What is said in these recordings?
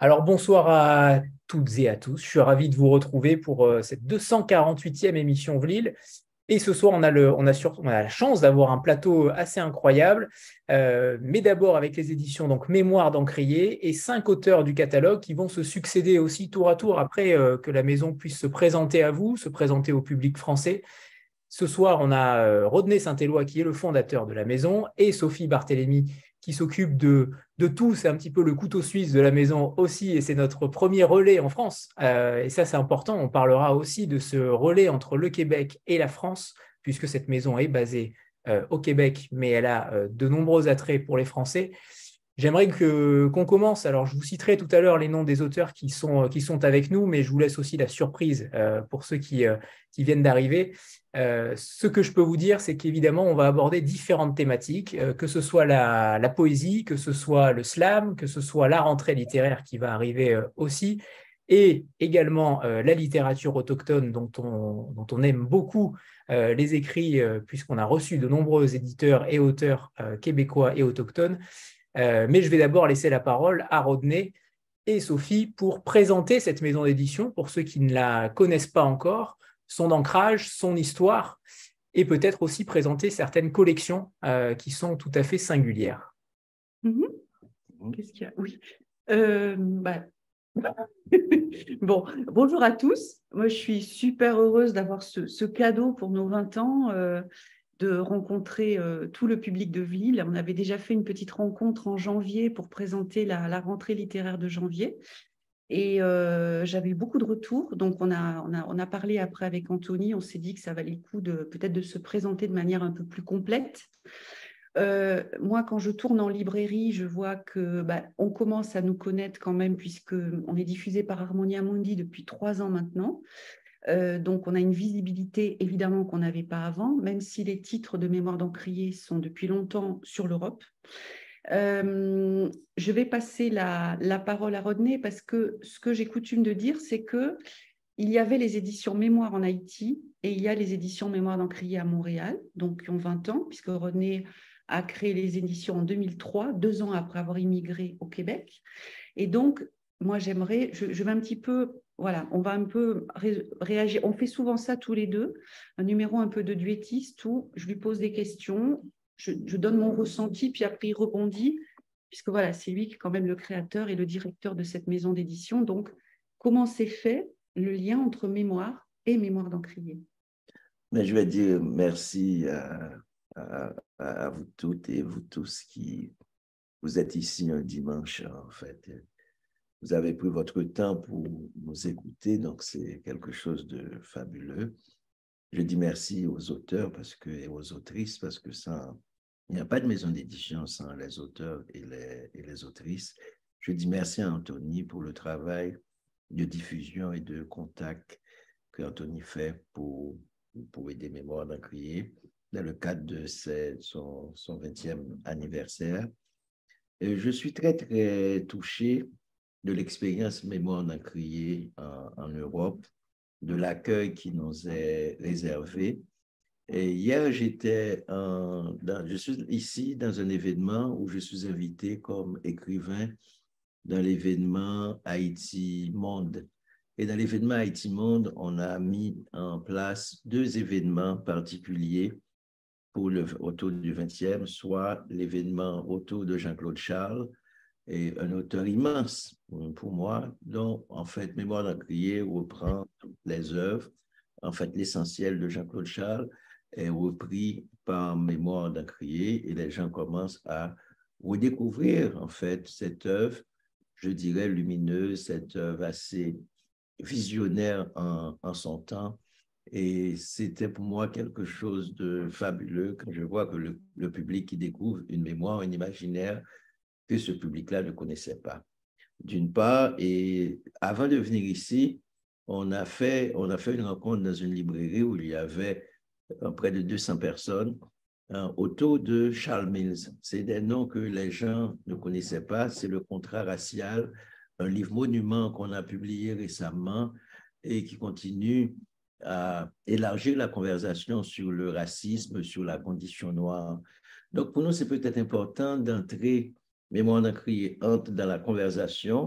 Alors bonsoir à toutes et à tous. Je suis ravi de vous retrouver pour cette 248e émission Vlil. Et ce soir, on a la chance d'avoir un plateau assez incroyable, mais d'abord avec les éditions donc Mémoire d'Encrier et 5 auteurs du catalogue qui vont se succéder aussi tour à tour après que la maison puisse se présenter à vous, se présenter au public français. Ce soir, on a Rodney Saint-Éloi qui est le fondateur de la maison et Sophie Barthélémy qui s'occupe de tout. C'est un petit peu le couteau suisse de la maison aussi et c'est notre premier relais en France. Et ça, c'est important. On parlera aussi de ce relais entre le Québec et la France puisque cette maison est basée au Québec, mais elle a de nombreux attraits pour les Français. J'aimerais qu'on commence. Alors, je vous citerai tout à l'heure les noms des auteurs qui sont avec nous, mais je vous laisse aussi la surprise pour ceux qui viennent d'arriver. Ce que je peux vous dire, c'est qu'évidemment, on va aborder différentes thématiques, que ce soit la poésie, que ce soit le slam, que ce soit la rentrée littéraire qui va arriver aussi, et également la littérature autochtone dont on aime beaucoup les écrits, puisqu'on a reçu de nombreux éditeurs et auteurs québécois et autochtones. Mais je vais d'abord laisser la parole à Rodney et Sophie pour présenter cette maison d'édition pour ceux qui ne la connaissent pas encore, son ancrage, son histoire et peut-être aussi présenter certaines collections qui sont tout à fait singulières. Mhm. Qu'est-ce qu'il y a? Oui. Bon, bonjour à tous. Moi, je suis super heureuse d'avoir ce cadeau pour nos 20 ans, de rencontrer tout le public de Vlil. On avait déjà fait une petite rencontre en janvier pour présenter la rentrée littéraire de janvier. Et j'avais eu beaucoup de retours. Donc, on a parlé après avec Anthony. On s'est dit que ça valait le coup peut-être de se présenter de manière un peu plus complète. Moi, quand je tourne en librairie, je vois que on commence à nous connaître quand même, puisqu'on est diffusé par Harmonia Mundi depuis 3 ans maintenant. Donc, on a une visibilité évidemment qu'on n'avait pas avant, même si les titres de Mémoire d'Encrier sont depuis longtemps sur l'Europe. Je vais passer la parole à Rodney parce que ce que j'ai coutume de dire, c'est que il y avait les éditions Mémoire en Haïti et il y a les éditions Mémoire d'Encrier à Montréal, donc qui ont 20 ans, puisque Rodney a créé les éditions en 2003, 2 ans après avoir immigré au Québec. Et donc, moi, je vais un petit peu, voilà, on va un peu réagir. On fait souvent ça tous les deux, un numéro un peu de duettiste où je lui pose des questions, je donne mon ressenti, puis après il rebondit, puisque voilà, c'est lui qui est quand même le créateur et le directeur de cette maison d'édition. Donc, comment s'est fait le lien entre mémoire et Mémoire d'Encrier? Mais je vais dire merci à vous toutes et vous tous qui vous êtes ici un dimanche, en fait. Vous avez pris votre temps pour nous écouter, donc c'est quelque chose de fabuleux. Je dis merci aux auteurs et aux autrices parce que il n'y a pas de maison d'édition sans les auteurs et les autrices. Je dis merci à Anthony pour le travail de diffusion et de contact qu'Anthony fait pour aider Mémoire d'Encrier dans le cadre de son 20e anniversaire. Et je suis très, très touché de l'expérience Mémoire d'Encrier en Europe, de l'accueil qui nous est réservé. Et hier, je suis ici dans un événement où je suis invité comme écrivain dans l'événement Haïti Monde. Et dans l'événement Haïti Monde, on a mis en place 2 événements particuliers autour du 20e, soit l'événement autour de Jean-Claude Charles, et un auteur immense pour moi, dont en fait Mémoire d'Encrier reprend les œuvres. En fait, l'essentiel de Jean-Claude Charles est repris par Mémoire d'Encrier et les gens commencent à redécouvrir en fait cette œuvre, je dirais lumineuse, cette œuvre assez visionnaire en son temps. Et c'était pour moi quelque chose de fabuleux quand je vois que le public qui découvre une mémoire, un imaginaire que ce public-là ne connaissait pas. D'une part, et avant de venir ici, on a fait une rencontre dans une librairie où il y avait près de 200 personnes autour de Charles Mills. C'est des noms que les gens ne connaissaient pas. C'est Le Contrat racial, un livre monument qu'on a publié récemment et qui continue à élargir la conversation sur le racisme, sur la condition noire. Donc, pour nous, c'est peut-être important d'entrer Mémoire d'Encrier entre dans la conversation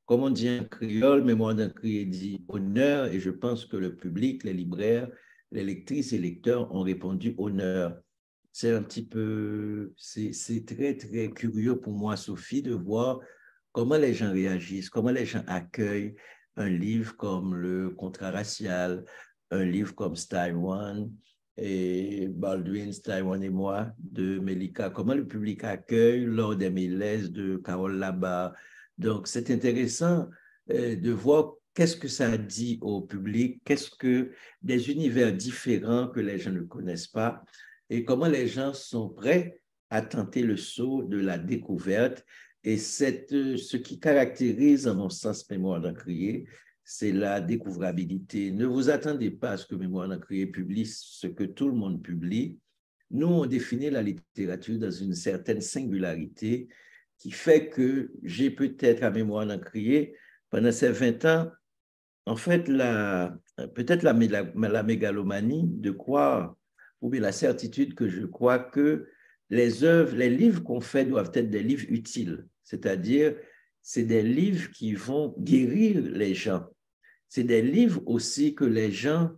comme on dit en créole, mémoire d'encrier dit honneur, et je pense que le public, les libraires, les lectrices et lecteurs ont répondu honneur. C'est un petit peu, c'est très, très curieux pour moi, Sophie, de voir comment les gens réagissent, comment les gens accueillent un livre comme Le Contrat racial, un livre comme Taiwan et Baldwin, Taiwan et moi de Melika, comment le public accueille Lors des Mélèzes de Carole Labat. Donc, c'est intéressant de voir qu'est-ce que ça dit au public, qu'est-ce que des univers différents que les gens ne connaissent pas et comment les gens sont prêts à tenter le saut de la découverte. Et ce qui caractérise, à mon sens, Mémoire d'Encrier, c'est la découvrabilité. Ne vous attendez pas à ce que Mémoire d'Encrier publie ce que tout le monde publie. Nous, on définit la littérature dans une certaine singularité qui fait que j'ai peut-être à Mémoire d'Encrier, pendant ces 20 ans, en fait, peut-être la mégalomanie de croire, ou bien la certitude que je crois que les œuvres, les livres qu'on fait doivent être des livres utiles, c'est-à-dire c'est des livres qui vont guérir les gens. C'est des livres aussi que les gens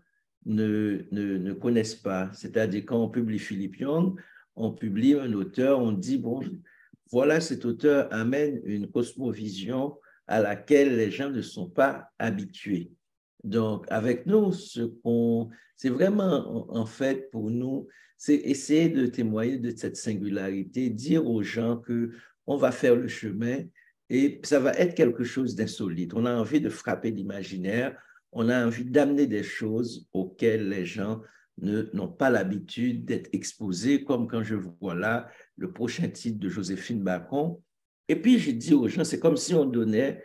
ne connaissent pas, c'est-à-dire quand on publie Philippe Young, on publie un auteur, on dit, bon, voilà, cet auteur amène une cosmovision à laquelle les gens ne sont pas habitués. Donc, avec nous, c'est vraiment, en fait, pour nous, c'est essayer de témoigner de cette singularité, dire aux gens qu'on va faire le chemin et ça va être quelque chose d'insolite. On a envie de frapper l'imaginaire, on a envie d'amener des choses auxquelles les gens n'ont pas l'habitude d'être exposés, comme quand je vois là le prochain titre de Joséphine Bacon. Et puis, j'ai dit aux gens, c'est comme si on donnait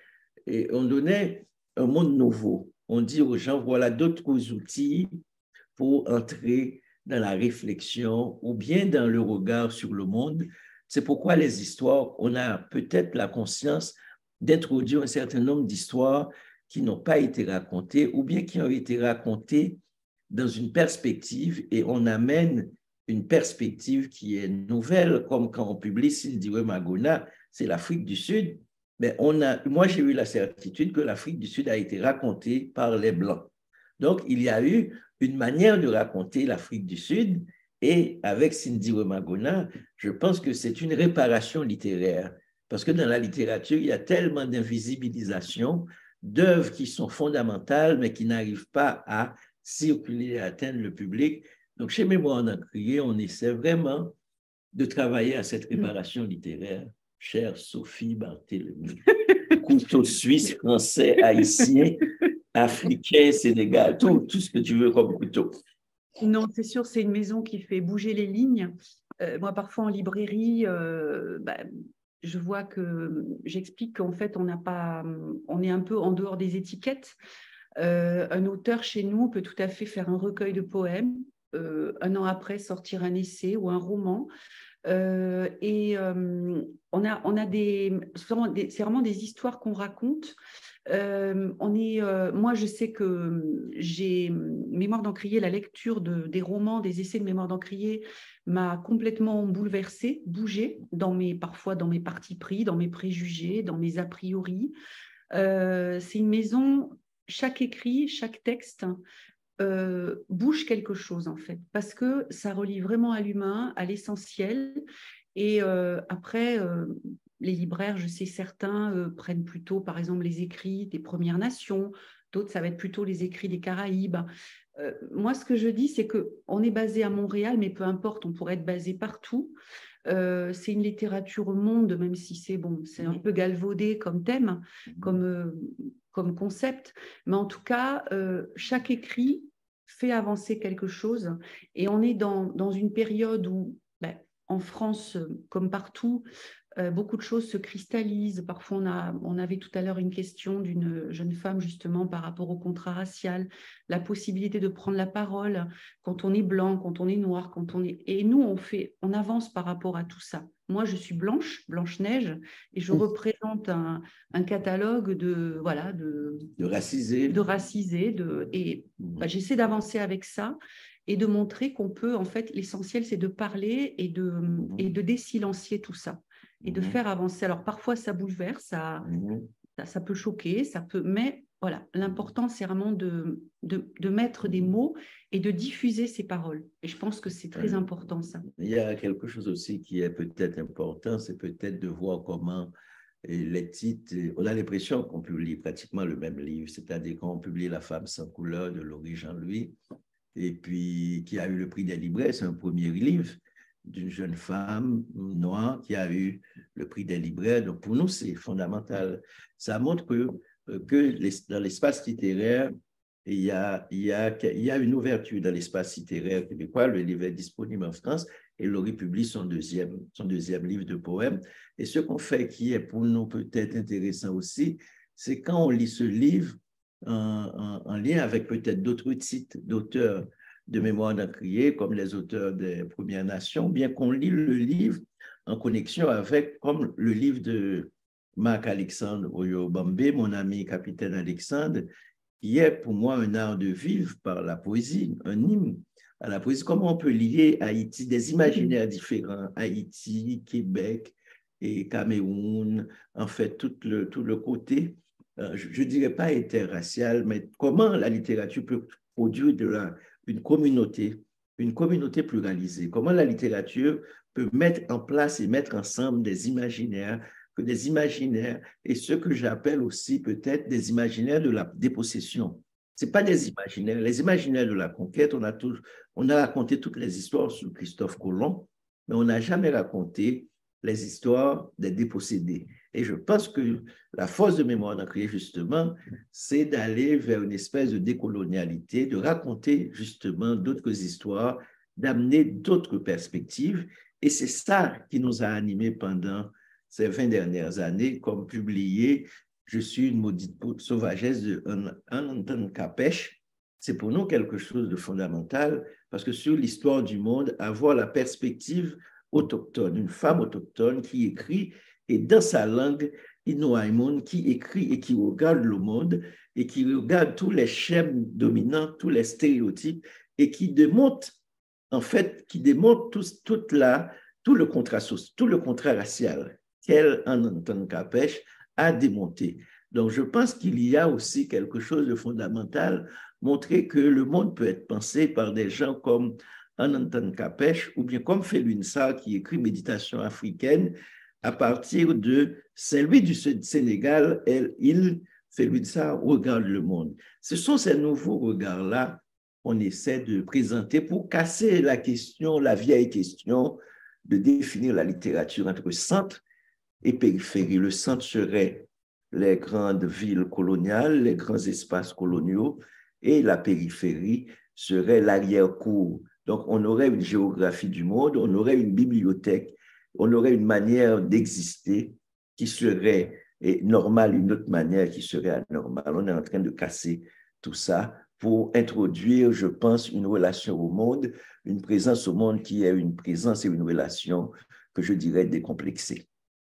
un monde nouveau. On dit aux gens, voilà d'autres outils pour entrer dans la réflexion ou bien dans le regard sur le monde. C'est pourquoi les histoires, on a peut-être la conscience d'introduire un certain nombre d'histoires qui n'ont pas été racontées ou bien qui ont été racontées dans une perspective et on amène une perspective qui est nouvelle, comme quand on publie Sindire Magona, c'est l'Afrique du Sud. Mais moi, j'ai eu la certitude que l'Afrique du Sud a été racontée par les Blancs. Donc, il y a eu une manière de raconter l'Afrique du Sud et avec Sindire Magona, je pense que c'est une réparation littéraire parce que dans la littérature, il y a tellement d'invisibilisation d'œuvres qui sont fondamentales mais qui n'arrivent pas à circuler et atteindre le public. Donc, chez Mémoire d'Encrier, on essaie vraiment de travailler à cette réparation littéraire. Chère Sophie Barthélemy, couteau suisse, français, haïtien, africain, sénégal, tout ce que tu veux comme couteau. Non, c'est sûr, c'est une maison qui fait bouger les lignes. Moi, parfois en librairie, je vois que j'explique qu'en fait, on est un peu en dehors des étiquettes. Un auteur chez nous peut tout à fait faire un recueil de poèmes, un an après sortir un essai ou un roman. On a c'est vraiment des histoires qu'on raconte. Moi, je sais que j'ai Mémoire d'Encrier, la lecture des romans, des essais de Mémoire d'Encrier m'a complètement bouleversée, bougée, parfois dans mes partis pris, dans mes préjugés, dans mes a priori. C'est une maison, chaque écrit, chaque texte bouge quelque chose en fait, parce que ça relie vraiment à l'humain, à l'essentiel. Et après, les libraires, je sais certains prennent plutôt par exemple les écrits des Premières Nations, d'autres ça va être plutôt les écrits des Caraïbes. Moi ce que je dis c'est qu'on est basé à Montréal, mais peu importe, on pourrait être basé partout. C'est une littérature au monde, même si c'est un peu galvaudé comme thème, comme concept, mais en tout cas, chaque écrit fait avancer quelque chose et on est dans une période où, en France, comme partout, beaucoup de choses se cristallisent. Parfois, on avait tout à l'heure une question d'une jeune femme justement par rapport au contrat racial, la possibilité de prendre la parole quand on est blanc, quand on est noir, et nous, on avance par rapport à tout ça. Moi, je suis Blanche-Neige, et je représente un catalogue de racisés. J'essaie d'avancer avec ça et de montrer qu'on peut, en fait, l'essentiel, c'est de parler et de désilencier tout ça et de faire avancer. Alors, parfois, ça bouleverse, Ça peut choquer, mais voilà, l'important, c'est vraiment de mettre des mots et de diffuser ces paroles. Et je pense que c'est très important, ça. Il y a quelque chose aussi qui est peut-être important, c'est peut-être de voir comment les titres, on a l'impression qu'on publie pratiquement le même livre, c'est-à-dire qu'on publie La femme sans couleur de Laurie Jean-Louis, et puis qui a eu le prix des libraires, c'est un premier livre d'une jeune femme noire qui a eu le prix des libraires. Donc pour nous, c'est fondamental. Ça montre que dans l'espace littéraire, il y a une ouverture dans l'espace littéraire québécois. Le livre est disponible en France et Laurie publie son deuxième livre de poèmes. Et ce qu'on fait qui est pour nous peut-être intéressant aussi, c'est quand on lit ce livre en lien avec peut-être d'autres titres d'auteurs de mémoire d'Encrier, comme les auteurs des Premières Nations, bien qu'on lit le livre en connexion avec, comme le livre de Marc-Alexandre Oyobambe, mon ami capitaine Alexandre, qui est pour moi un art de vivre par la poésie, un hymne à la poésie. Comment on peut lier Haïti, des imaginaires différents, Haïti, Québec et Cameroun, en fait, tout le côté, je ne dirais pas interracial, mais comment la littérature peut produire une communauté pluralisée, comment la littérature peut mettre en place et mettre ensemble des imaginaires, et ce que j'appelle aussi peut-être des imaginaires de la dépossession. Ce n'est pas des imaginaires. Les imaginaires de la conquête, on a raconté toutes les histoires sur Christophe Colomb, mais on n'a jamais raconté les histoires des dépossédés. Et je pense que la force de mémoire d'Encrier, justement, c'est d'aller vers une espèce de décolonialité, de raconter justement d'autres histoires, d'amener d'autres perspectives. Et c'est ça qui nous a animés pendant ces 20 dernières années, comme publié « Je suis une maudite sauvagesse » de Anantan Kapèche. C'est pour nous quelque chose de fondamental, parce que sur l'histoire du monde, avoir la perspective autochtone, une femme autochtone qui écrit, et dans sa langue, Inouaïmoun, qui écrit et qui regarde le monde, et qui regarde tous les schèmes dominants, tous les stéréotypes, et qui démontre, en fait, tout le contrat racial qu'elle, Anantan Kapèche, a démonté. Donc, je pense qu'il y a aussi quelque chose de fondamental, montrer que le monde peut être pensé par des gens comme Anantan Kapèche ou bien comme Felwine Sarr qui écrit Méditation africaine à partir de Saint-Louis du Sénégal. Felwine Sarr regarde le monde. Ce sont ces nouveaux regards-là qu'on essaie de présenter pour casser la vieille question de définir la littérature entre centre et périphérie. Le centre serait les grandes villes coloniales, les grands espaces coloniaux, et la périphérie serait l'arrière-cour. Donc, on aurait une géographie du monde, on aurait une bibliothèque, on aurait une manière d'exister qui serait normale, une autre manière qui serait anormale. On est en train de casser tout ça pour introduire, je pense, une relation au monde, une présence au monde qui est une présence et une relation que je dirais décomplexée.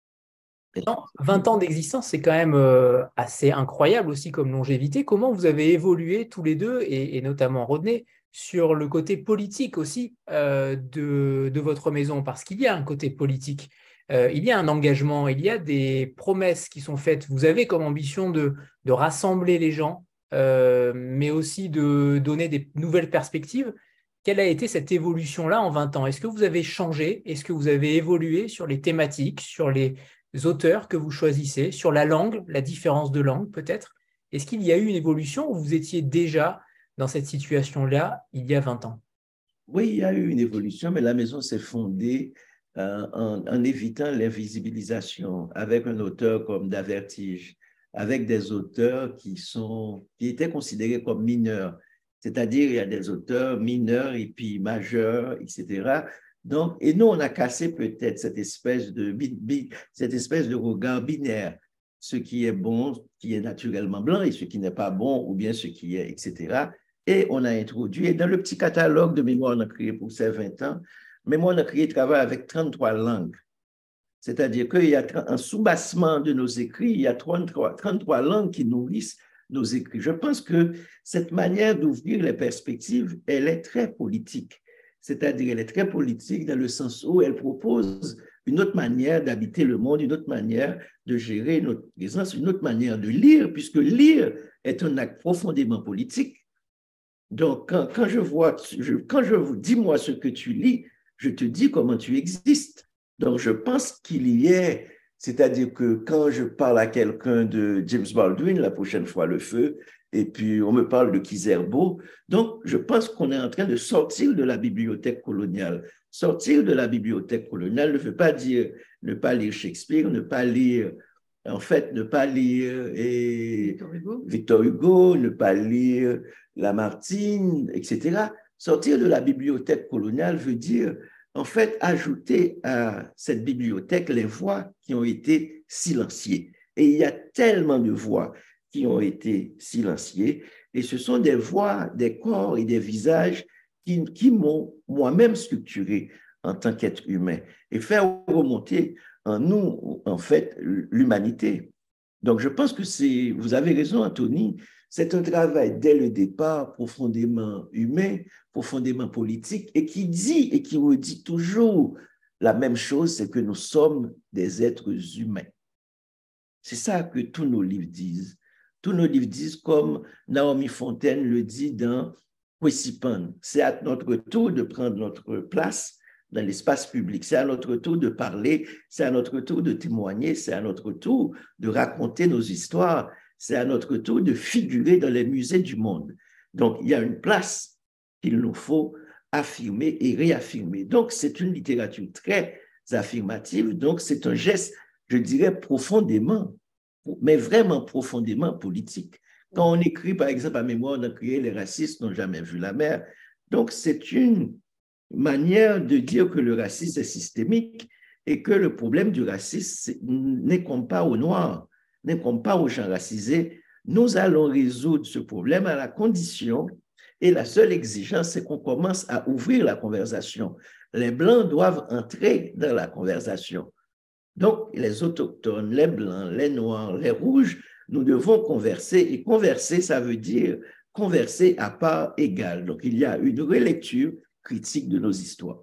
20 ans d'existence, c'est quand même assez incroyable aussi comme longévité. Comment vous avez évolué tous les deux, et notamment Rodney, sur le côté politique aussi de votre maison? Parce qu'il y a un côté politique, il y a un engagement, il y a des promesses qui sont faites. Vous avez comme ambition de rassembler les gens, mais aussi de donner des nouvelles perspectives. Quelle a été cette évolution-là en 20 ans? Est-ce que vous avez changé? Est-ce que vous avez évolué sur les thématiques, sur les auteurs que vous choisissez, sur la langue, la différence de langue peut-être? Est-ce qu'il y a eu une évolution ou vous étiez déjà dans cette situation-là il y a 20 ans? Oui, il y a eu une évolution, mais la maison s'est fondée en évitant l'invisibilisation avec un auteur comme Davertige, avec des auteurs qui étaient considérés comme mineurs. C'est-à-dire, il y a des auteurs mineurs et puis majeurs, etc. Donc, et nous, on a cassé peut-être cette espèce de regard binaire, ce qui est bon, qui est naturellement blanc, et ce qui n'est pas bon, ou bien ce qui est, etc. Et on a introduit, dans le petit catalogue de Mémoire d'Encrier pour ces 20 ans, Mémoire d'Encrier travaille avec 33 langues. C'est-à-dire qu'il y a un soubassement de nos écrits, il y a 33 langues qui nourrissent nos écrits. Je pense que cette manière d'ouvrir les perspectives, elle est très politique. C'est-à-dire, elle est très politique dans le sens où elle propose une autre manière d'habiter le monde, une autre manière de gérer notre présence, une autre manière de lire, puisque lire est un acte profondément politique. Donc, quand je vois, quand je vous dis moi ce que tu lis, je te dis comment tu existes. Donc, je pense qu'il y ait, c'est-à-dire que quand je parle à quelqu'un de James Baldwin, la prochaine fois le feu, et puis on me parle de Kizerbo, donc je pense qu'on est en train de sortir de la bibliothèque coloniale. Sortir de la bibliothèque coloniale ne veut pas dire ne pas lire Shakespeare, ne pas lire, en fait, ne pas lire Victor Hugo, ne pas lire Lamartine, etc. Sortir de la bibliothèque coloniale veut dire, en fait, ajouter à cette bibliothèque les voix qui ont été silenciées. Et il y a tellement de voix qui ont été silenciées, et ce sont des voix, des corps et des visages qui m'ont moi-même structuré en tant qu'être humain et faire remonter en nous, en fait, l'humanité. Donc, je pense que vous avez raison, Anthony, c'est un travail dès le départ profondément humain, profondément politique, et qui dit et qui redit toujours la même chose, c'est que nous sommes des êtres humains. C'est ça que tous nos livres disent. Tous nos livres disent, comme Naomi Fontaine le dit dans Quesipan, c'est à notre tour de prendre notre place dans l'espace public, c'est à notre tour de parler, c'est à notre tour de témoigner, c'est à notre tour de raconter nos histoires, c'est à notre tour de figurer dans les musées du monde. Donc, il y a une place qu'il nous faut affirmer et réaffirmer. Donc, c'est une littérature très affirmative, donc c'est un geste, je dirais, profondément, mais vraiment profondément politique. Quand on écrit, par exemple, à Mémoire d'Encrier, les racistes n'ont jamais vu la mer. Donc, c'est une manière de dire que le racisme est systémique et que le problème du racisme n'incombe pas aux Noirs, n'incombe pas aux gens racisés. Nous allons résoudre ce problème à la condition, et la seule exigence, c'est qu'on commence à ouvrir la conversation. Les Blancs doivent entrer dans la conversation. Donc, les autochtones, les Blancs, les Noirs, les Rouges, nous devons converser. Et converser, ça veut dire converser à part égale. Donc, il y a une relecture critique de nos histoires.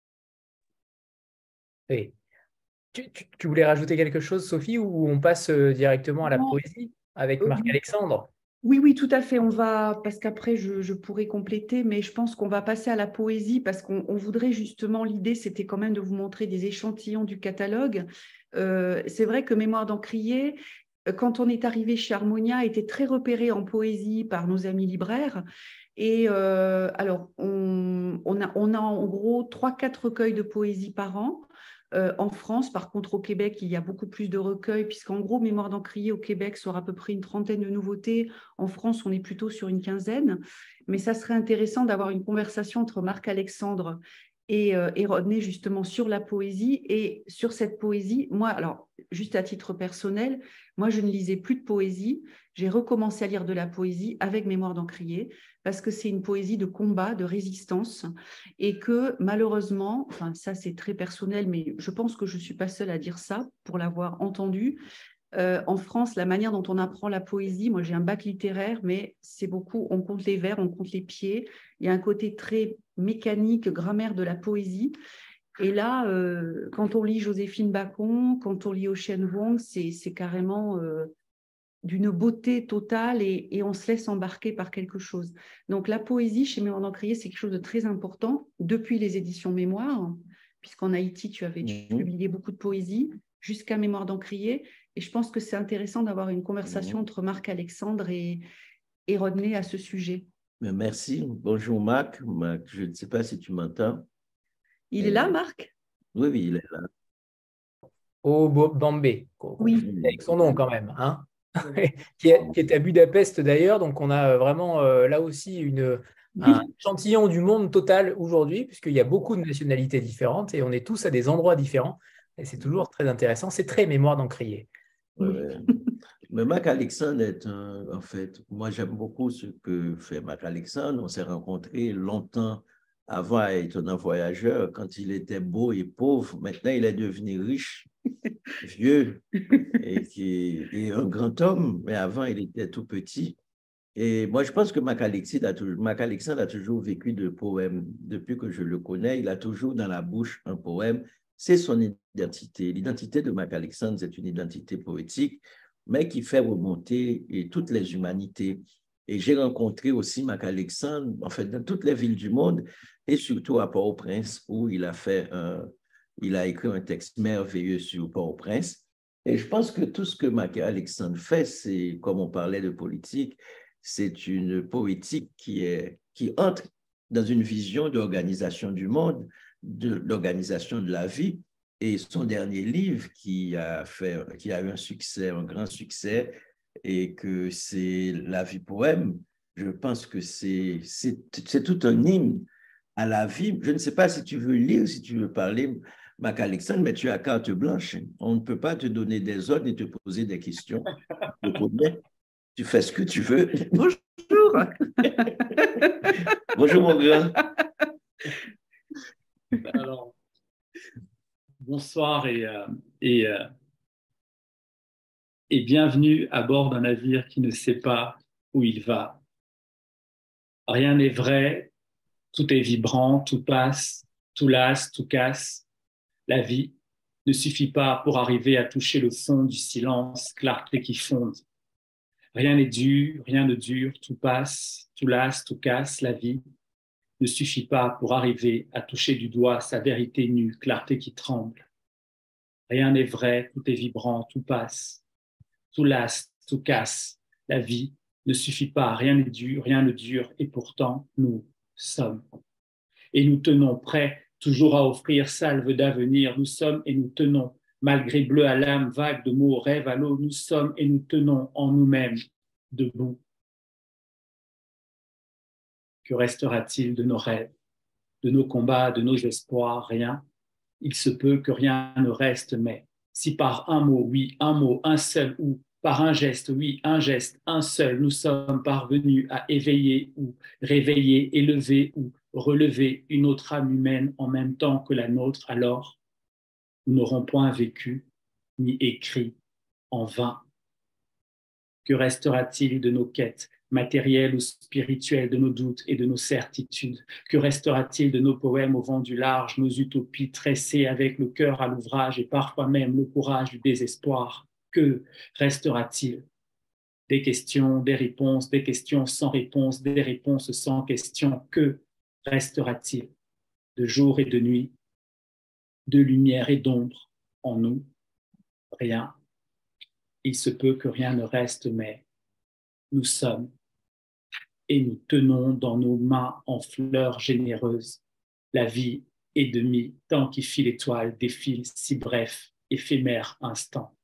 Oui. Tu voulais rajouter quelque chose, Sophie, ou on passe directement à la poésie avec Marc-Alexandre? Oui, tout à fait. On va, parce qu'après, je pourrais compléter, mais je pense qu'on va passer à la poésie parce qu'on voudrait justement, l'idée, c'était quand même de vous montrer des échantillons du catalogue. C'est vrai que Mémoire d'Encrier, quand on est arrivé chez Harmonia, était très repéré en poésie par nos amis libraires. Et alors, on a en gros 3-4 recueils de poésie par an. En France, par contre, au Québec, il y a beaucoup plus de recueils, puisqu'en gros, Mémoire d'Encrier au Québec sera à peu près une trentaine de nouveautés. En France, on est plutôt sur une quinzaine. Mais ça serait intéressant d'avoir une conversation entre Marc-Alexandre et Rodney, justement, sur la poésie. Et sur cette poésie, moi, alors, juste à titre personnel, moi, je ne lisais plus de poésie. J'ai recommencé à lire de la poésie avec Mémoire d'Encrier, parce que c'est une poésie de combat, de résistance, et que malheureusement, enfin ça c'est très personnel, mais je pense que je ne suis pas seule à dire ça pour l'avoir entendu. En France, la manière dont on apprend la poésie, moi j'ai un bac littéraire, mais c'est beaucoup, on compte les vers, on compte les pieds, il y a un côté très mécanique, grammaire de la poésie. Et là, quand on lit Joséphine Bacon, quand on lit Ocean Vuong, c'est carrément d'une beauté totale et on se laisse embarquer par quelque chose. Donc la poésie chez Mémoire d'Encrier, c'est quelque chose de très important depuis les éditions Mémoire, puisqu'en Haïti, tu avais publié beaucoup de poésie, jusqu'à Mémoire d'Encrier. Et je pense que c'est intéressant d'avoir une conversation entre Marc-Alexandre et Rodney à ce sujet. Merci. Bonjour Marc. Marc, je ne sais pas si tu m'entends. Il est là, Marc? Oui, il est là. Oh, Bambé, oui. Avec son nom quand même, hein. qui est à Budapest d'ailleurs. Donc, on a vraiment là aussi un échantillon du monde total aujourd'hui, puisqu'il y a beaucoup de nationalités différentes et on est tous à des endroits différents. Et c'est toujours très intéressant. C'est très Mémoire d'Encrier. Mais Marc-Alexandre est en fait, moi j'aime beaucoup ce que fait Marc-Alexandre. On s'est rencontrés longtemps avant à étonnant voyageur, quand il était beau et pauvre. Maintenant, il est devenu riche, vieux et un grand homme. Mais avant, il était tout petit. Et moi, je pense que Marc-Alexandre a toujours vécu de poèmes. Depuis que je le connais, il a toujours dans la bouche un poème c'est son identité. L'identité de Mac Alexandre, c'est une identité poétique, mais qui fait remonter toutes les humanités. Et j'ai rencontré aussi Mac Alexandre, en fait, dans toutes les villes du monde, et surtout à Port-au-Prince, où il a écrit un texte merveilleux sur Port-au-Prince. Et je pense que tout ce que Mac Alexandre fait, c'est, comme on parlait de politique, c'est une poétique qui entre dans une vision d'organisation du monde, de l'organisation de la vie. Et son dernier livre qui a eu un succès, un grand succès, et que c'est La vie poème, je pense que c'est tout un hymne à la vie. Je ne sais pas si tu veux lire, si tu veux parler, Mac Alexandre, mais tu as carte blanche. On ne peut pas te donner des ordres et te poser des questions. Tu fais ce que tu veux. Bonjour. Bonjour, mon grand. Alors, bonsoir et bienvenue à bord d'un navire qui ne sait pas où il va. Rien n'est vrai, tout est vibrant, tout passe, tout lasse, tout casse. La vie ne suffit pas pour arriver à toucher le fond du silence, clarté qui fonde. Rien n'est dur, rien ne dure, tout passe, tout lasse, tout casse. La vie ne suffit pas pour arriver à toucher du doigt sa vérité nue, clarté qui tremble. Rien n'est vrai, tout est vibrant, tout passe, tout lasse, tout casse. La vie ne suffit pas, rien n'est dur, rien ne dure, et pourtant nous sommes. Et nous tenons prêts, toujours à offrir salve d'avenir. Nous sommes et nous tenons, malgré bleu à l'âme, vague de mots, rêve à l'eau. Nous sommes et nous tenons en nous-mêmes, debout. Que restera-t-il de nos rêves, de nos combats, de nos espoirs? Rien. Il se peut que rien ne reste, mais si par un mot, oui, un mot, un seul, ou par un geste, oui, un geste, un seul, nous sommes parvenus à éveiller ou réveiller, élever ou relever une autre âme humaine en même temps que la nôtre, alors nous n'aurons point vécu ni écrit en vain. Que restera-t-il de nos quêtes matérielles ou spirituelles, de nos doutes et de nos certitudes? Que restera-t-il de nos poèmes au vent du large, nos utopies tressées avec le cœur à l'ouvrage et parfois même le courage du désespoir? Que restera-t-il? Des questions, des réponses, des questions sans réponse, des réponses sans questions. Que restera-t-il de jour et de nuit, de lumière et d'ombre en nous? Rien. Il se peut que rien ne reste, mais nous sommes et nous tenons dans nos mains en fleurs généreuses. La vie est demi, tant qui file étoile défile si bref, éphémère instant.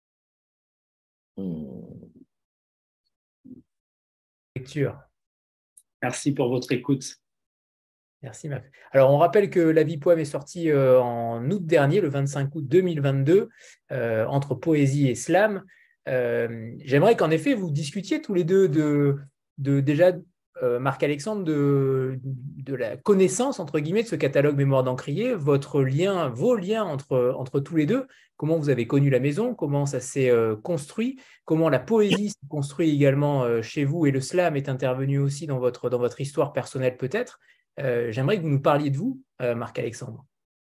Lecture. Merci pour votre écoute. Merci, Mac. Alors, on rappelle que La vie poème est sortie en août dernier, le 25 août 2022, entre poésie et slam. J'aimerais qu'en effet, vous discutiez tous les deux déjà, Marc-Alexandre, de la connaissance, entre guillemets, de ce catalogue Mémoire d'Encrier, vos liens entre tous les deux, comment vous avez connu la maison, comment ça s'est construit, comment la poésie s'est construite également chez vous et le slam est intervenu aussi dans votre histoire personnelle peut-être. J'aimerais que vous nous parliez de vous, Marc-Alexandre.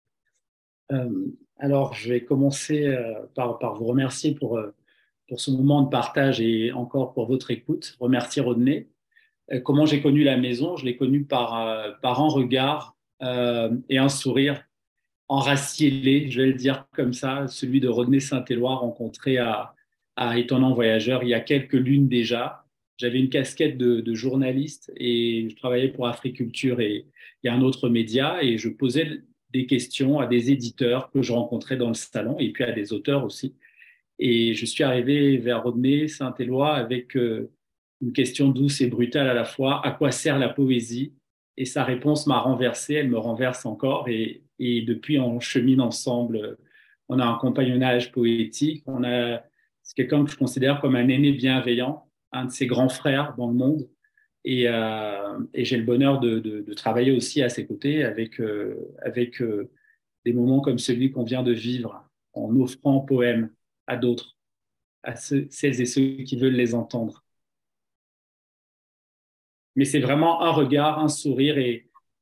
Alors, je vais commencer par vous remercier pour ce moment de partage et encore pour votre écoute. Remercier Rodney. Comment j'ai connu la maison? Je l'ai connue par un regard et un sourire enracielé, je vais le dire comme ça, celui de Rodney Saint-Éloi rencontré à Étonnant Voyageur il y a quelques lunes déjà. J'avais une casquette de journaliste et je travaillais pour Africulture et un autre média et je posais des questions à des éditeurs que je rencontrais dans le salon et puis à des auteurs aussi. Et je suis arrivé vers Rodney Saint-Éloi avec une question douce et brutale à la fois. À quoi sert la poésie? Et sa réponse m'a renversé, elle me renverse encore. Et depuis, on chemine ensemble. On a un compagnonnage poétique. C'est quelqu'un que je considère comme un aîné bienveillant, un de ses grands frères dans le monde. Et j'ai le bonheur de travailler aussi à ses côtés avec des moments comme celui qu'on vient de vivre, en offrant poèmes à d'autres, à celles et ceux qui veulent les entendre. Mais c'est vraiment un regard, un sourire et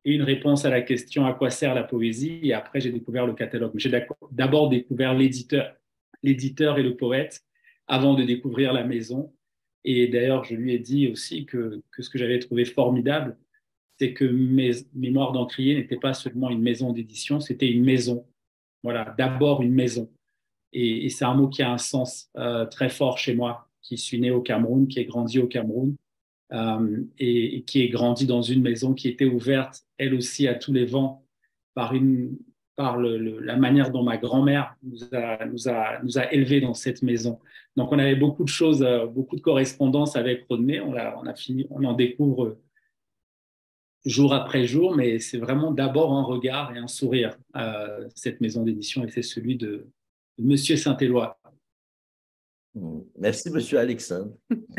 et une réponse à la question à quoi sert la poésie. Et après, j'ai découvert le catalogue. J'ai d'abord découvert l'éditeur et le poète avant de découvrir la maison. Et d'ailleurs, je lui ai dit aussi que ce que j'avais trouvé formidable, c'est que mes Mémoires d'Encrier n'étaient pas seulement une maison d'édition, c'était une maison. Voilà, d'abord une maison. Et c'est un mot qui a un sens très fort chez moi, qui suis né au Cameroun, qui ai grandi au Cameroun, et qui ai grandi dans une maison qui était ouverte, elle aussi, à tous les vents, par la manière dont ma grand-mère nous a élevés dans cette maison. Donc, on avait beaucoup de choses, beaucoup de correspondances avec Rodney. On en découvre jour après jour, mais c'est vraiment d'abord un regard et un sourire, cette maison d'édition, et c'est celui de Monsieur Saint-Éloi. Merci, Monsieur Alexandre.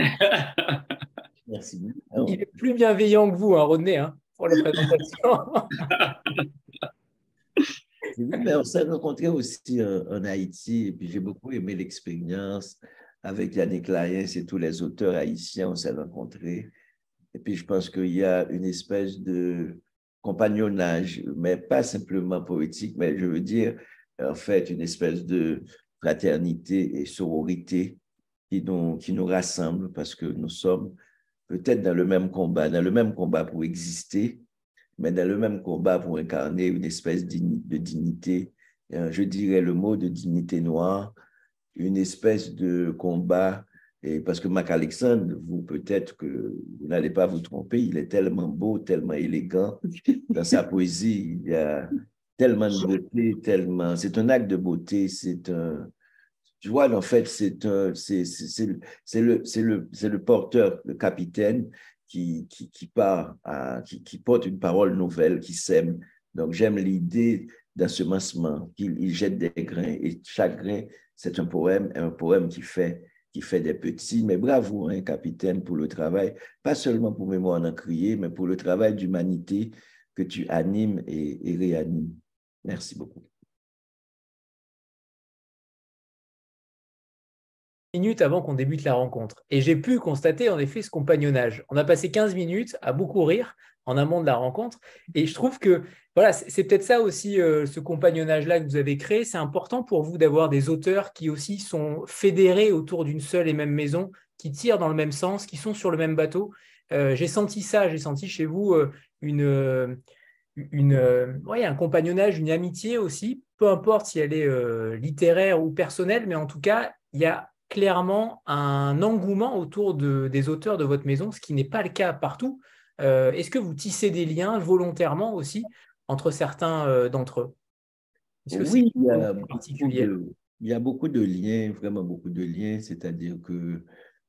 Merci. Il est plus bienveillant que vous, hein, Rodney, hein, pour la présentation. Mais on s'est rencontrés aussi en Haïti, et puis j'ai beaucoup aimé l'expérience avec Yannick Laïens et tous les auteurs haïtiens, on s'est rencontrés. Et puis je pense qu'il y a une espèce de compagnonnage, mais pas simplement poétique, mais je veux dire, en fait, une espèce de fraternité et sororité qui nous rassemble parce que nous sommes peut-être dans le même combat pour exister, mais dans le même combat pour incarner une espèce de dignité, je dirais le mot de dignité noire, une espèce de combat, et parce que Mac Alexandre, vous peut-être que vous n'allez pas vous tromper, il est tellement beau, tellement élégant, dans sa poésie, il y a tellement de beauté, c'est un acte de beauté, tu vois, en fait, c'est le porteur, le capitaine qui porte une parole nouvelle, qui sème. Donc, j'aime l'idée d'ensemencement, qu'il jette des grains. Et chaque grain, c'est un poème qui fait des petits. Mais bravo, hein, capitaine, pour le travail, pas seulement pour Mémoires d'Encrier, mais pour le travail d'humanité que tu animes et réanimes. Merci beaucoup. Minutes avant qu'on débute la rencontre. Et j'ai pu constater en effet ce compagnonnage. On a passé 15 minutes à beaucoup rire en amont de la rencontre. Et je trouve que voilà, c'est peut-être ça aussi, ce compagnonnage-là que vous avez créé. C'est important pour vous d'avoir des auteurs qui aussi sont fédérés autour d'une seule et même maison, qui tirent dans le même sens, qui sont sur le même bateau. J'ai senti ça, j'ai senti chez vous un compagnonnage, une amitié aussi, peu importe si elle est littéraire ou personnelle, mais en tout cas, il y a clairement un engouement autour des auteurs de votre maison, ce qui n'est pas le cas partout. Est-ce que vous tissez des liens volontairement aussi entre certains d'entre eux? Oui, il y a beaucoup de liens, vraiment beaucoup de liens, c'est-à-dire que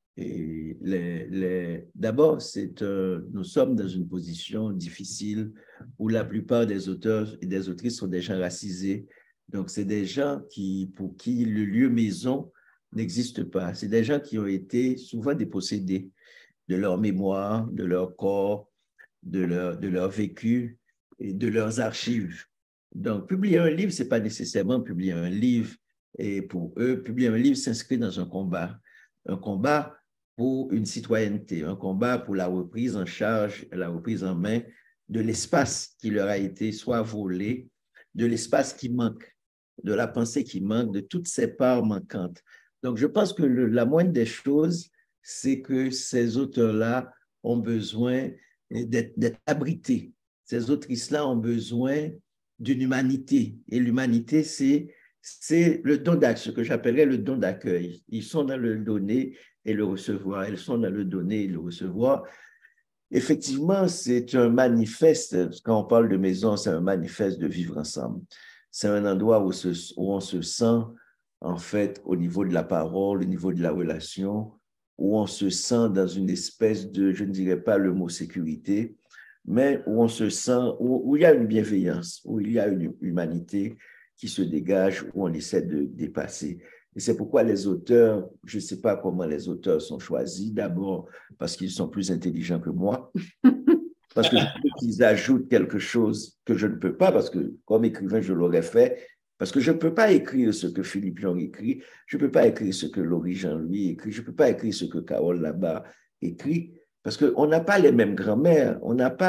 d'abord, nous sommes dans une position difficile où la plupart des auteurs et des autrices sont des gens racisés. Donc, c'est des gens pour qui le lieu maison n'existe pas. C'est des gens qui ont été souvent dépossédés de leur mémoire, de leur corps, de leur vécu et de leurs archives. Donc, publier un livre, ce n'est pas nécessairement publier un livre. Et pour eux, publier un livre s'inscrit dans un combat pour une citoyenneté, un combat pour la reprise en charge, la reprise en main de l'espace qui leur a été soit volé, de l'espace qui manque, de la pensée qui manque, de toutes ces parts manquantes. Donc, je pense que la moindre des choses, c'est que ces auteurs-là ont besoin d'être abrités. Ces autrices-là ont besoin d'une humanité. Et l'humanité, c'est le don d'accueil, ce que j'appellerais le don d'accueil. Ils sont dans le donner et le recevoir. Elles sont dans le donner et le recevoir. Effectivement, c'est un manifeste. Quand on parle de maison, c'est un manifeste de vivre ensemble. C'est un endroit où on se sent, en fait, au niveau de la parole, au niveau de la relation, où on se sent dans une espèce de, je ne dirais pas le mot sécurité, mais où on se sent, où il y a une bienveillance, où il y a une humanité qui se dégage, où on essaie de dépasser. Et c'est pourquoi les auteurs, je ne sais pas comment les auteurs sont choisis, d'abord parce qu'ils sont plus intelligents que moi, parce que je trouve qu'ils ajoutent quelque chose que je ne peux pas, parce que comme écrivain, je l'aurais fait, parce que je ne peux pas écrire ce que Philippe Young écrit, je ne peux pas écrire ce que Laurie Jean-Louis écrit, je ne peux pas écrire ce que Carole Labarre écrit, parce qu'on n'a pas les mêmes grands-mères, on n'a pas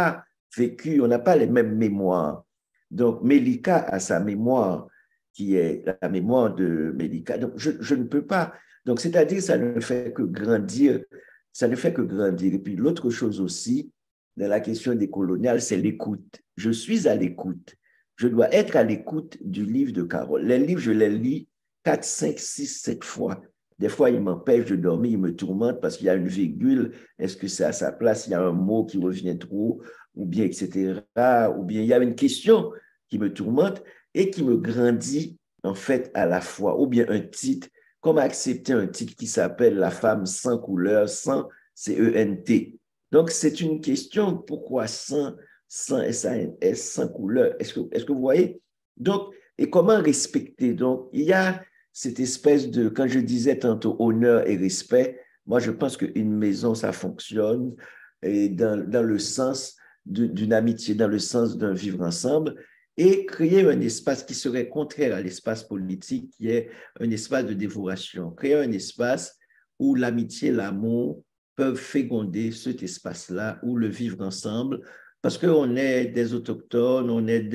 vécu, on n'a pas les mêmes mémoires. Donc, Mélika a sa mémoire, qui est la mémoire de Mélika. Donc, je ne peux pas. Donc, c'est-à-dire, ça ne fait que grandir. Ça ne fait que grandir. Et puis, l'autre chose aussi, dans la question des coloniales, c'est l'écoute. Je suis à l'écoute. Je dois être à l'écoute du livre de Carole. Les livres, je les lis 4, 5, 6, 7 fois. Des fois, ils m'empêchent de dormir, ils me tourmentent parce qu'il y a une virgule. Est-ce que c'est à sa place? Il y a un mot qui revient trop, ou bien, etc. Ou bien, il y a une question qui me tourmente et qui me grandit, en fait, à la fois. Ou bien un titre, comme accepter un titre qui s'appelle La femme sans couleur, sans C-E-N-T. Donc, c'est une question, pourquoi sans S-A-N-S, sans couleur? Est-ce que vous voyez? Donc, et comment respecter? Donc, il y a cette espèce de, quand je disais tantôt honneur et respect, moi, je pense qu'une maison, ça fonctionne et dans le sens d'une amitié, dans le sens d'un vivre ensemble, et créer un espace qui serait contraire à l'espace politique, qui est un espace de dévoration. Créer un espace où l'amitié, l'amour peuvent féconder cet espace-là, où le vivre ensemble, parce qu'on est des autochtones, on est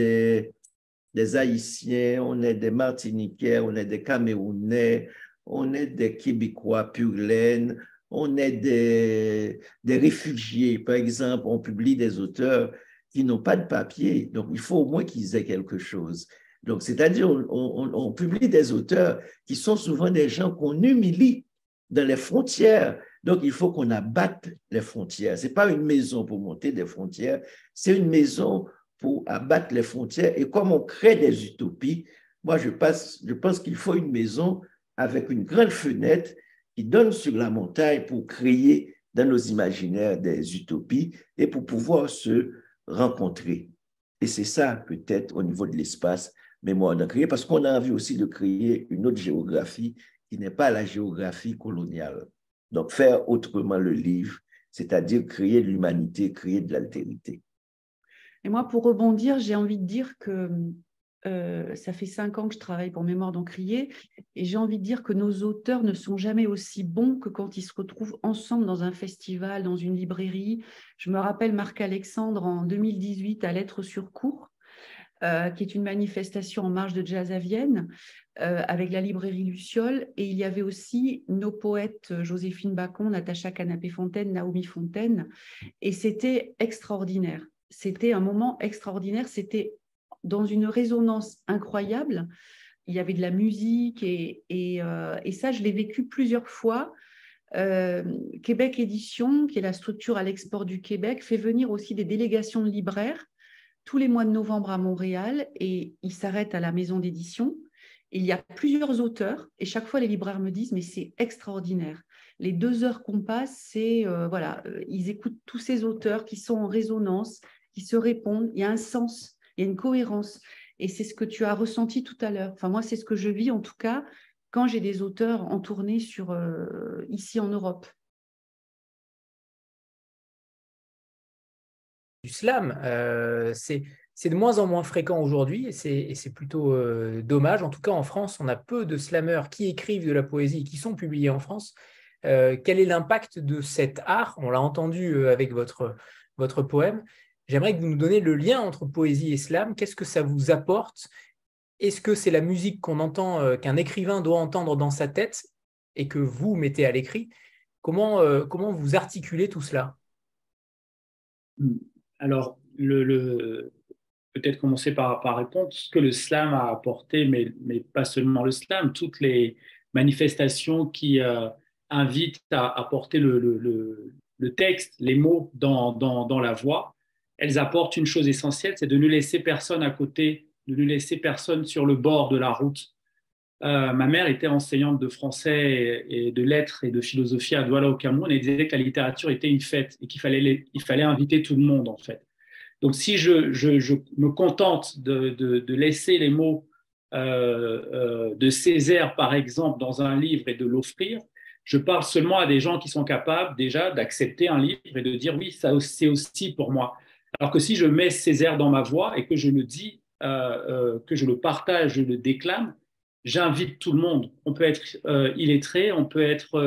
des Haïtiens, on est des Martiniquais, on est des Camerounais, on est des Québécois pur laine, on est des réfugiés. Par exemple, on publie des auteurs qui n'ont pas de papier, donc il faut au moins qu'ils aient quelque chose. Donc, c'est-à-dire, on publie des auteurs qui sont souvent des gens qu'on humilie dans les frontières. Donc, il faut qu'on abatte les frontières. Ce n'est pas une maison pour monter des frontières, c'est une maison pour abattre les frontières. Et comme on crée des utopies, moi, je pense qu'il faut une maison avec une grande fenêtre qui donne sur la montagne pour créer dans nos imaginaires des utopies et pour pouvoir se rencontrer. Et c'est ça, peut-être, au niveau de l'espace mémoire de créer, parce qu'on a envie aussi de créer une autre géographie qui n'est pas la géographie coloniale. Donc, faire autrement le livre, c'est-à-dire créer de l'humanité, créer de l'altérité. Et moi, pour rebondir, j'ai envie de dire que ça fait 5 ans que je travaille pour Mémoire d'Encrier, et j'ai envie de dire que nos auteurs ne sont jamais aussi bons que quand ils se retrouvent ensemble dans un festival, dans une librairie. Je me rappelle Marc-Alexandre en 2018 à Lettres sur Cours, qui est une manifestation en marge de jazz à Vienne, avec la librairie Luciole, et il y avait aussi nos poètes Joséphine Bacon, Natacha Canapé-Fontaine, Naomi Fontaine, et c'était extraordinaire. C'était un moment extraordinaire, c'était dans une résonance incroyable. Il y avait de la musique et ça, je l'ai vécu plusieurs fois. Québec Édition, qui est la structure à l'export du Québec, fait venir aussi des délégations de libraires tous les mois de novembre à Montréal, et ils s'arrêtent à la maison d'édition. Il y a plusieurs auteurs et chaque fois les libraires me disent mais c'est extraordinaire. Les 2 heures qu'on passe, c'est ils écoutent tous ces auteurs qui sont en résonance, qui se répondent. Il y a un sens, il y a une cohérence, et c'est ce que tu as ressenti tout à l'heure. Enfin moi c'est ce que je vis en tout cas quand j'ai des auteurs en tournée ici en Europe. Du slam, c'est de moins en moins fréquent aujourd'hui et c'est plutôt dommage. En tout cas, en France, on a peu de slameurs qui écrivent de la poésie et qui sont publiés en France. Quel est l'impact de cet art? On l'a entendu avec votre poème. J'aimerais que vous nous donniez le lien entre poésie et slam. Qu'est-ce que ça vous apporte? Est-ce que c'est la musique qu'on entend, qu'un écrivain doit entendre dans sa tête et que vous mettez à l'écrit? Comment vous articulez tout cela? Alors, peut-être commencer par répondre ce que le slam a apporté, mais pas seulement le slam, toutes les manifestations qui invitent à porter le texte, les mots dans la voix, elles apportent une chose essentielle, c'est de ne laisser personne à côté, de ne laisser personne sur le bord de la route. Ma mère était enseignante de français et de lettres et de philosophie à Douala au Cameroun, et disait que la littérature était une fête et qu'il fallait inviter tout le monde en fait. Donc si je me contente de laisser les mots de Césaire par exemple dans un livre et de l'offrir, je parle seulement à des gens qui sont capables déjà d'accepter un livre et de dire oui, ça c'est aussi pour moi. Alors que si je mets Césaire dans ma voix et que je le dis, que je le partage, je le déclame, j'invite tout le monde. On peut être illettré, on peut être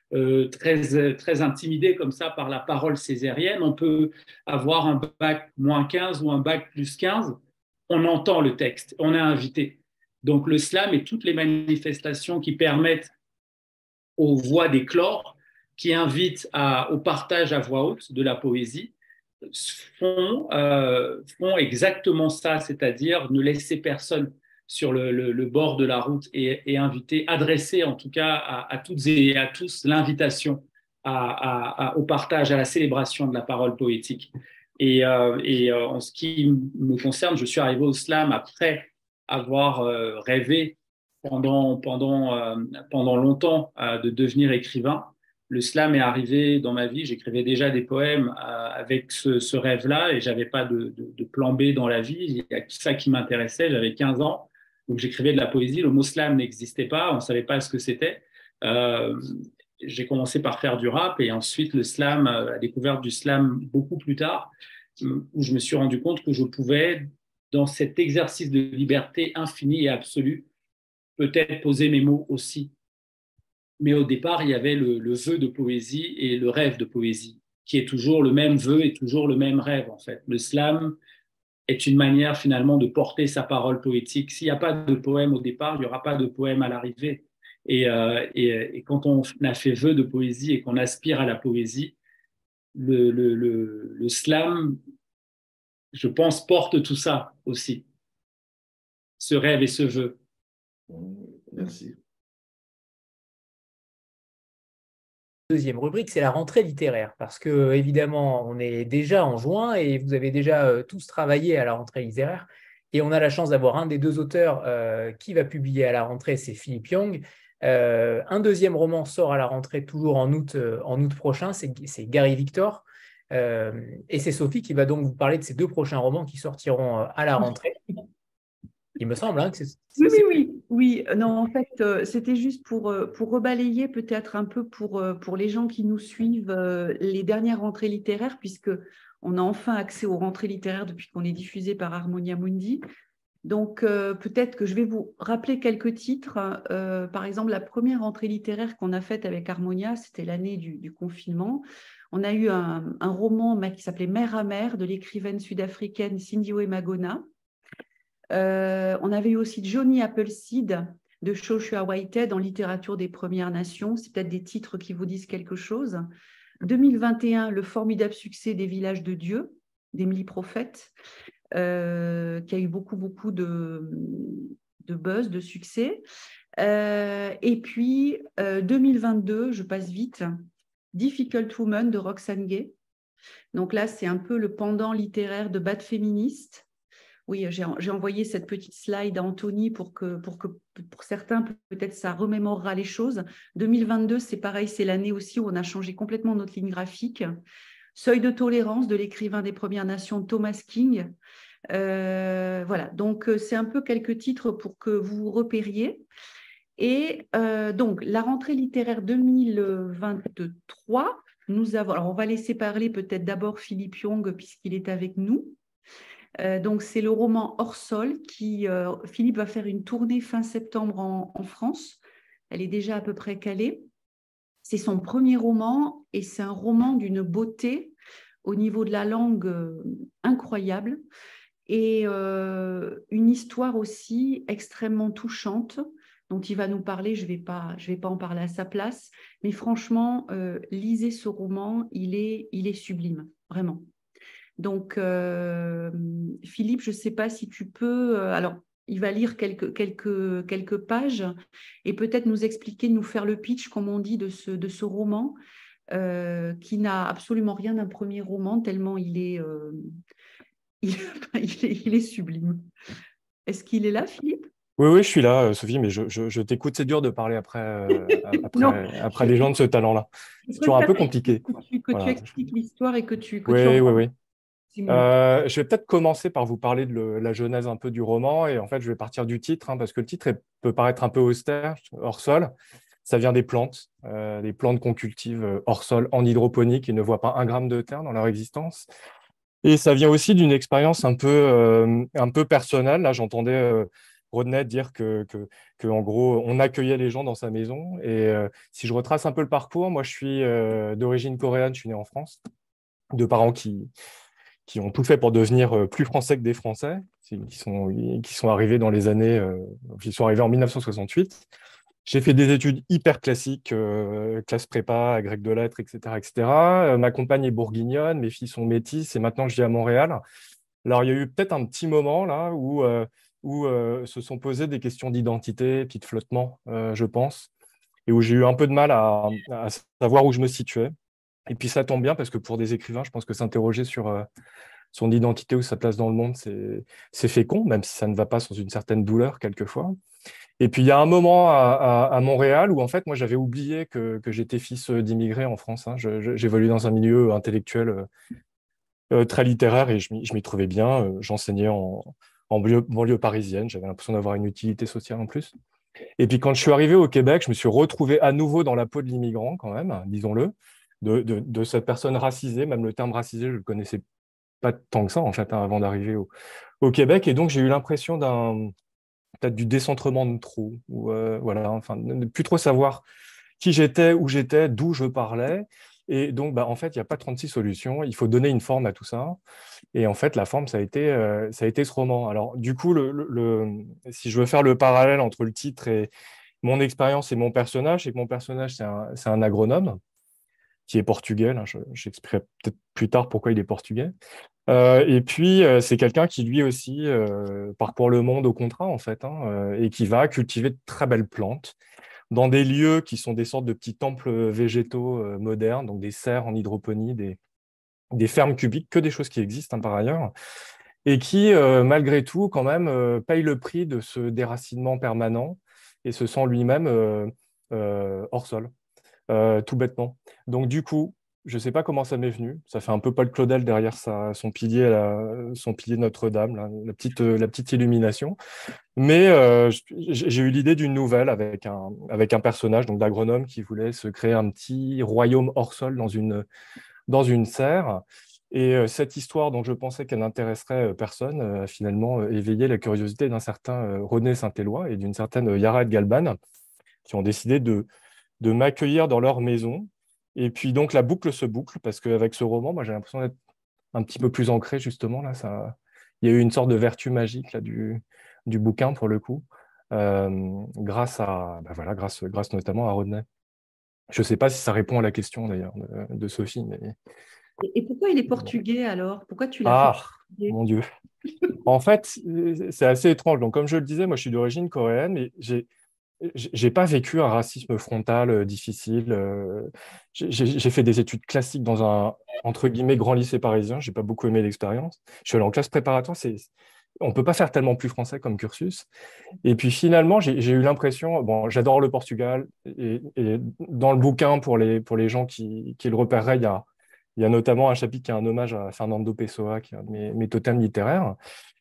très intimidé comme ça par la parole césarienne. On peut avoir un bac -15 ou un bac +15. On entend le texte, on est invité. Donc le slam et toutes les manifestations qui permettent aux voix d'éclore, qui invitent au partage à voix haute de la poésie, font exactement ça, c'est-à-dire ne laisser personne sur le bord de la route et inviter, adresser en tout cas à toutes et à tous l'invitation au partage, à la célébration de la parole poétique. Et en ce qui me concerne, je suis arrivé au slam après avoir rêvé pendant longtemps de devenir écrivain. Le slam est arrivé dans ma vie. J'écrivais déjà des poèmes avec ce rêve-là et j'avais pas de plan B dans la vie. Il y a ça qui m'intéressait. J'avais 15 ans, donc j'écrivais de la poésie. Le mot slam n'existait pas. On savait pas ce que c'était. J'ai commencé par faire du rap et ensuite le slam, la découverte du slam beaucoup plus tard, où je me suis rendu compte que je pouvais, dans cet exercice de liberté infinie et absolue, peut-être poser mes mots aussi. Mais au départ, il y avait le vœu de poésie et le rêve de poésie, qui est toujours le même vœu et toujours le même rêve, en fait. Le slam est une manière, finalement, de porter sa parole poétique. S'il n'y a pas de poème au départ, il n'y aura pas de poème à l'arrivée. Et quand on a fait vœu de poésie et qu'on aspire à la poésie, le slam, je pense, porte tout ça aussi. Ce rêve et ce vœu. Merci. Deuxième rubrique, c'est la rentrée littéraire, parce que évidemment, on est déjà en juin et vous avez déjà tous travaillé à la rentrée littéraire. Et on a la chance d'avoir un des deux auteurs qui va publier à la rentrée, c'est Philippe Young. Un deuxième roman sort à la rentrée toujours en août prochain, c'est Gary Victor. Et c'est Sophie qui va donc vous parler de ces deux prochains romans qui sortiront à la rentrée. Il me semble que c'est… Oui. Non, en fait, c'était juste pour rebalayer peut-être un peu pour les gens qui nous suivent les dernières rentrées littéraires, puisque on a enfin accès aux rentrées littéraires depuis qu'on est diffusé par Harmonia Mundi. Donc, peut-être que je vais vous rappeler quelques titres. Par exemple, la première rentrée littéraire qu'on a faite avec Harmonia, c'était l'année du confinement. On a eu un roman qui s'appelait Mer à mer de l'écrivaine sud-africaine Sindiwe Magona. On avait eu aussi Johnny Appleseed de Joshua Whitehead en littérature des Premières Nations. C'est peut-être des titres qui vous disent quelque chose. 2021, le formidable succès des Villages de Dieu d'Émilie Prophète, qui a eu beaucoup de buzz, de succès. Et puis 2022, je passe vite, Difficult Woman de Roxane Gay. Donc là, c'est un peu le pendant littéraire de Bad Féministe. Oui, j'ai envoyé cette petite slide à Anthony pour certains, peut-être ça remémorera les choses. 2022, c'est pareil, c'est l'année aussi où on a changé complètement notre ligne graphique. Seuil de tolérance de l'écrivain des Premières Nations Thomas King. Voilà, donc c'est un peu quelques titres pour que vous vous repériez. Et donc, la rentrée littéraire 2023, alors on va laisser parler peut-être d'abord Philippe Young puisqu'il est avec nous. Donc, c'est le roman Hors sol Philippe va faire une tournée fin septembre en France. Elle est déjà à peu près calée. C'est son premier roman et c'est un roman d'une beauté au niveau de la langue incroyable et une histoire aussi extrêmement touchante dont il va nous parler. Je vais pas en parler à sa place, mais franchement, lisez ce roman, il est sublime, vraiment. Donc, Philippe, je ne sais pas si tu peux… alors, il va lire quelques pages et peut-être nous expliquer, nous faire le pitch, comme on dit, de ce roman qui n'a absolument rien d'un premier roman, tellement il est sublime. Est-ce qu'il est là, Philippe ? Oui, je suis là, Sophie, mais je t'écoute. C'est dur de parler après les gens de ce talent-là. C'est toujours un peu compliqué. Tu expliques l'histoire et que tu… Oui. Je vais peut-être commencer par vous parler de la genèse un peu du roman et en fait je vais partir du titre parce que le titre peut paraître un peu austère, hors sol. Ça vient des plantes qu'on cultive hors sol en hydroponique et ne voient pas 1 gramme de terre dans leur existence. Et ça vient aussi d'une expérience un peu personnelle. Là, j'entendais Rodney dire en gros, on accueillait les gens dans sa maison. Et si je retrace un peu le parcours, moi, je suis d'origine coréenne, je suis né en France, de parents qui ont tout fait pour devenir plus français que des Français, qui sont arrivés dans les années, qui sont arrivés en 1968. J'ai fait des études hyper classiques, classe prépa, grec de lettres, etc., etc. Ma compagne est bourguignonne, mes filles sont métisses, et maintenant je vis à Montréal. Alors, il y a eu peut-être un petit moment là où se sont posées des questions d'identité, puis de flottement, je pense, et où j'ai eu un peu de mal à savoir où je me situais. Et puis ça tombe bien parce que pour des écrivains, je pense que s'interroger sur son identité ou sa place dans le monde, c'est fécond, même si ça ne va pas sans une certaine douleur quelquefois. Et puis il y a un moment à Montréal où en fait, moi j'avais oublié que j'étais fils d'immigrés en France, hein. J'évoluais dans un milieu intellectuel très littéraire et je m'y trouvais bien. J'enseignais en banlieue parisienne, j'avais l'impression d'avoir une utilité sociale en plus. Et puis quand je suis arrivé au Québec, je me suis retrouvé à nouveau dans la peau de l'immigrant quand même, hein, disons-le, de cette personne racisée. Même le terme racisé, je ne le connaissais pas tant que ça en fait, hein, avant d'arriver au Québec. Et donc j'ai eu l'impression peut-être du décentrement de trop, ou voilà, enfin, de ne plus trop savoir qui j'étais, où j'étais, d'où je parlais. Et donc, bah, en fait, il n'y a pas 36 solutions. Il faut donner une forme à tout ça. Et en fait, la forme, ça a été ce roman. Alors, du coup, si je veux faire le parallèle entre le titre et mon expérience et mon personnage, c'est que mon personnage, c'est un agronome qui est portugais. Là, j'expliquerai peut-être plus tard pourquoi il est portugais. Et puis, c'est quelqu'un qui, lui aussi, parcourt le monde au contrat, en fait, hein, et qui va cultiver de très belles plantes dans des lieux qui sont des sortes de petits temples végétaux modernes, donc des serres en hydroponie, des fermes cubiques, que des choses qui existent hein, par ailleurs, et qui, malgré tout, quand même, paye le prix de ce déracinement permanent et se sent lui-même hors sol, tout bêtement. Donc, du coup, je ne sais pas comment ça m'est venu. Ça fait un peu Paul Claudel derrière son pilier, son pilier Notre-Dame, là, la petite illumination. Mais j'ai eu l'idée d'une nouvelle avec un personnage donc d'agronome qui voulait se créer un petit royaume hors sol dans une serre. Et cette histoire dont je pensais qu'elle n'intéresserait personne a finalement éveillé la curiosité d'un certain René Saint-Éloi et d'une certaine Yara Galban qui ont décidé de m'accueillir dans leur maison. Et puis donc la boucle se boucle parce qu'avec ce roman, moi j'ai l'impression d'être un petit peu plus ancré justement là. Il y a eu une sorte de vertu magique là, du bouquin pour le coup, grâce voilà, grâce notamment à Rodney. Je ne sais pas si ça répond à la question d'ailleurs de Sophie, mais Et pourquoi il est portugais alors? Pourquoi tu l'as fait ah portugais? mon Dieu. En fait, c'est assez étrange. Donc comme je le disais, moi je suis d'origine coréenne, mais j'ai pas vécu un racisme frontal difficile. J'ai fait des études classiques dans un entre guillemets grand lycée parisien. J'ai pas beaucoup aimé l'expérience. Je suis allé en classe préparatoire. On peut pas faire tellement plus français comme cursus. Et puis finalement, j'ai eu l'impression. Bon, j'adore le Portugal et dans le bouquin pour les gens qui le repéreraient, il y a notamment un chapitre qui est un hommage à Fernando Pessoa, qui est un de mes totems littéraires.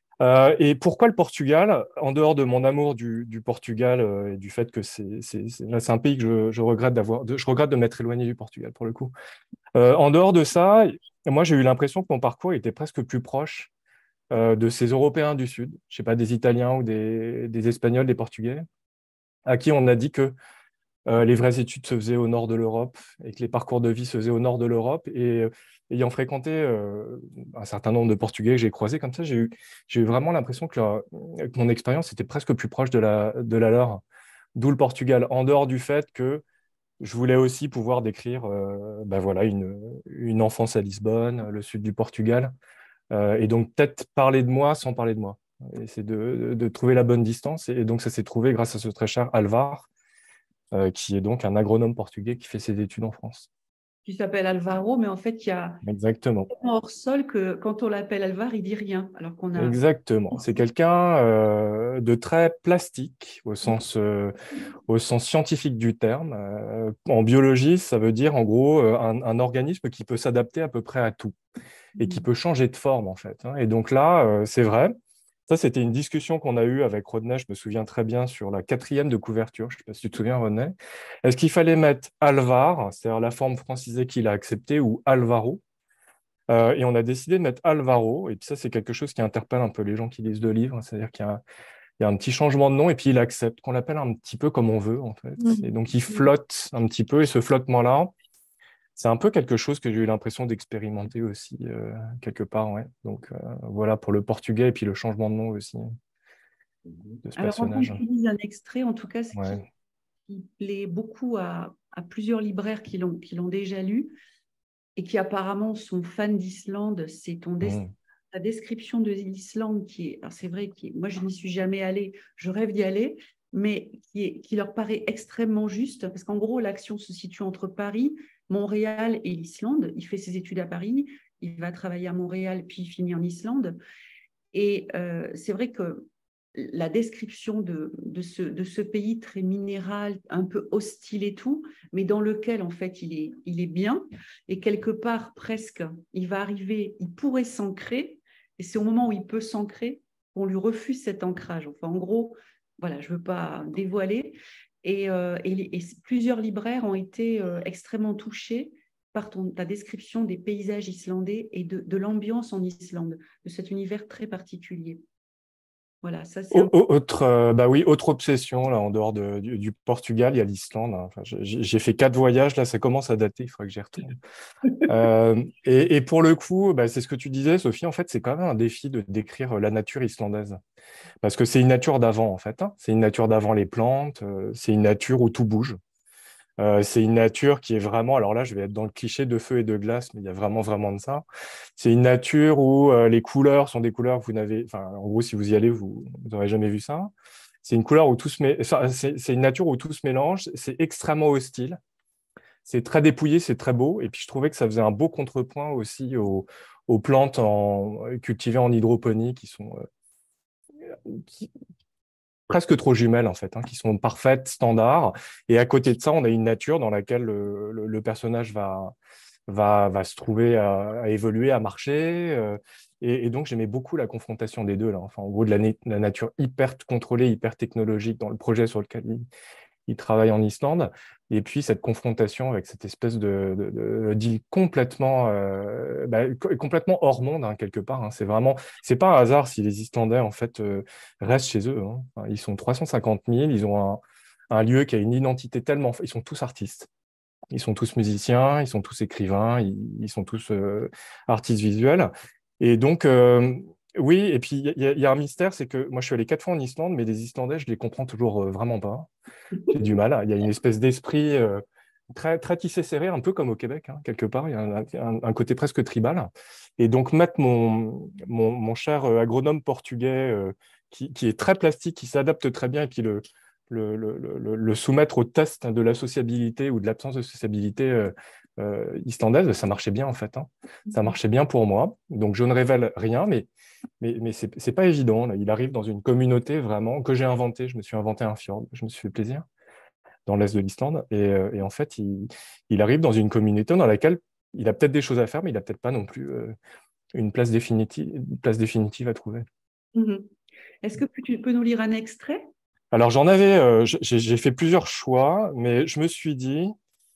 Et pourquoi le Portugal? En dehors de mon amour du Portugal et du fait que c'est un pays que je regrette je regrette de m'être éloigné du Portugal pour le coup. En dehors de ça, moi j'ai eu l'impression que mon parcours était presque plus proche de ces Européens du Sud, je sais pas, des Italiens ou des Espagnols, des Portugais, à qui on a dit que les vraies études se faisaient au nord de l'Europe et que les parcours de vie se faisaient au nord de l'Europe. Et ayant fréquenté un certain nombre de Portugais que j'ai croisés comme ça, j'ai eu vraiment l'impression que mon expérience était presque plus proche de la leur. D'où le Portugal, en dehors du fait que je voulais aussi pouvoir décrire voilà, une enfance à Lisbonne, le sud du Portugal, et donc peut-être parler de moi sans parler de moi. Et c'est de trouver la bonne distance. Et donc ça s'est trouvé grâce à ce très cher Alvar, qui est donc un agronome portugais qui fait ses études en France. Qui s'appelle Alvaro, mais en fait, il y a Exactement. tellement hors sol que quand on l'appelle Alvar, il dit rien. Alors qu'on a. Exactement. C'est quelqu'un de très plastique au sens scientifique du terme. En biologie, ça veut dire en gros un organisme qui peut s'adapter à peu près à tout et qui peut changer de forme en fait, hein. Et donc là, c'est vrai. Ça, c'était une discussion qu'on a eue avec Rodney, je me souviens très bien, sur la 4e de couverture. Je ne sais pas si tu te souviens, Rodney. Est-ce qu'il fallait mettre Alvar, c'est-à-dire la forme francisée qu'il a acceptée, ou Alvaro? Et on a décidé de mettre Alvaro. Et puis ça, c'est quelque chose qui interpelle un peu les gens qui lisent le livre. C'est-à-dire qu'il il y a un petit changement de nom et puis il accepte qu'on l'appelle un petit peu comme on veut, en fait. Et donc, il flotte un petit peu et ce flottement-là, c'est un peu quelque chose que j'ai eu l'impression d'expérimenter aussi, quelque part, ouais. Donc, voilà pour le portugais et puis le changement de nom aussi de ce Alors, en tant personnage. que lise un extrait, en tout cas, ce Ouais. qui plaît beaucoup à plusieurs libraires qui l'ont déjà lu et qui apparemment sont fans d'Islande, c'est ta description de l'Islande qui est, alors c'est vrai, moi je n'y suis jamais allée, je rêve d'y aller, mais qui leur paraît extrêmement juste, parce qu'en gros, l'action se situe entre Paris, Montréal et l'Islande. Il fait ses études à Paris, il va travailler à Montréal, puis il finit en Islande. Et c'est vrai que la description de ce pays très minéral, un peu hostile et tout, mais dans lequel, en fait, il est bien. Et quelque part, presque, il va arriver, il pourrait s'ancrer. Et c'est au moment où il peut s'ancrer qu'on lui refuse cet ancrage. Enfin, en gros, voilà, je ne veux pas dévoiler. Et plusieurs libraires ont été extrêmement touchés par ta description des paysages islandais et de l'ambiance en Islande, de cet univers très particulier. Voilà, ça c'est Bah oui, autre obsession, là, en dehors du Portugal, il y a l'Islande. Enfin, j'ai fait 4 voyages, là, ça commence à dater, il faudrait que j'y retourne. Et pour le coup, bah, c'est ce que tu disais, Sophie, en fait, c'est quand même un défi de décrire la nature islandaise. Parce que c'est une nature d'avant, en fait, hein. C'est une nature d'avant les plantes, c'est une nature où tout bouge. C'est une nature qui est vraiment, alors là, je vais être dans le cliché de feu et de glace, mais il y a vraiment, vraiment de ça. C'est une nature où les couleurs sont des couleurs que vous n'avez, enfin, en gros, si vous y allez, vous n'aurez jamais vu ça. C'est une couleur où tout se enfin, c'est une nature où tout se mélange. C'est extrêmement hostile. C'est très dépouillé, c'est très beau. Et puis, je trouvais que ça faisait un beau contrepoint aussi aux plantes cultivées en hydroponie qui sont presque trop jumelles en fait, hein, qui sont parfaites, standards. Et à côté de ça, on a une nature dans laquelle le personnage va se trouver à évoluer, à marcher. Et donc, j'aimais beaucoup la confrontation des deux là. Enfin, en gros, de la nature hyper contrôlée, hyper technologique dans le projet sur lequel il travaille en Islande. Et puis cette confrontation avec cette espèce d'île complètement, complètement hors monde, hein, quelque part. Hein. C'est pas un hasard si les Islandais en fait restent chez eux. Hein. Enfin, ils sont 350 000, ils ont un lieu qui a une identité tellement, ils sont tous artistes. Ils sont tous musiciens, ils sont tous écrivains, ils sont tous artistes visuels. Et donc, oui, et puis il y a un mystère, c'est que moi je suis allé 4 fois en Islande, mais les Islandais, je les comprends toujours vraiment pas. J'ai du mal. Il y a une espèce d'esprit très, très tissé serré, un peu comme au Québec, hein, quelque part. Il y a un côté presque tribal. Et donc, mettre mon cher agronome portugais, qui est très plastique, qui s'adapte très bien, et puis le soumettre au test de la sociabilité ou de l'absence de sociabilité islandaise, ça marchait bien, en fait. Hein. Ça marchait bien pour moi. Donc, je ne révèle rien, mais c'est pas évident. Là. Il arrive dans une communauté vraiment que j'ai inventée. Je me suis inventé un fjord. Je me suis fait plaisir dans l'est de l'Islande. Et en fait, il arrive dans une communauté dans laquelle il a peut-être des choses à faire, mais il n'a peut-être pas non plus une place définitive à trouver. Est-ce que tu peux nous lire un extrait? Alors, j'ai fait plusieurs choix, mais je me suis dit,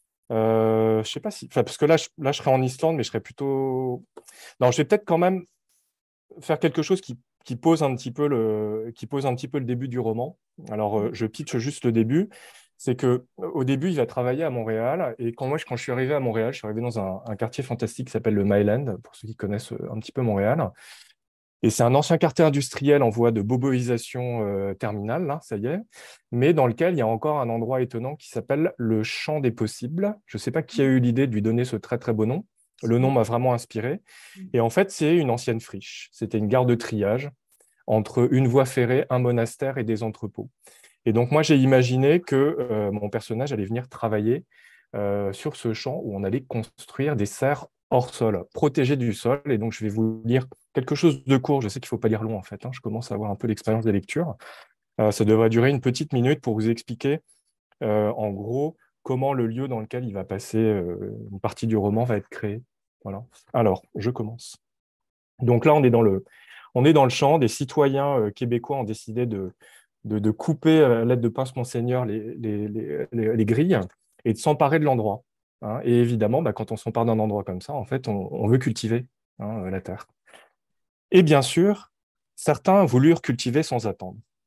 je sais pas si, parce que là, je serais en Islande, mais je serais plutôt. Non, je vais peut-être quand même faire quelque chose qui pose un petit peu le début du roman. Alors, je pitch juste le début. C'est que au début, il va travailler à Montréal. Et quand je suis arrivé à Montréal, je suis arrivé dans un quartier fantastique qui s'appelle le Myland, pour ceux qui connaissent un petit peu Montréal. Et c'est un ancien quartier industriel en voie de boboisation terminale, là, ça y est, mais dans lequel il y a encore un endroit étonnant qui s'appelle le Champ des Possibles. Je ne sais pas qui a eu l'idée de lui donner ce très très beau nom. Le nom m'a vraiment inspiré. Et en fait, c'est une ancienne friche. C'était une gare de triage entre une voie ferrée, un monastère et des entrepôts. Et donc, moi, j'ai imaginé que mon personnage allait venir travailler sur ce champ où on allait construire des serres hors sol, protégées du sol. Et donc, je vais vous lire quelque chose de court. Je sais qu'il ne faut pas lire long, en fait. Hein. Je commence à avoir un peu l'expérience des lectures. Ça devrait durer une petite minute pour vous expliquer, en gros, comment le lieu dans lequel il va passer une partie du roman va être créé. Voilà. Alors, je commence. Donc là, on est dans le champ. Des citoyens québécois ont décidé de couper à l'aide de pince Monseigneur les grilles et de s'emparer de l'endroit. Hein. Et évidemment, quand on s'empare d'un endroit comme ça, en fait, on veut cultiver la terre. Et bien sûr, certains voulurent cultiver sans attendre.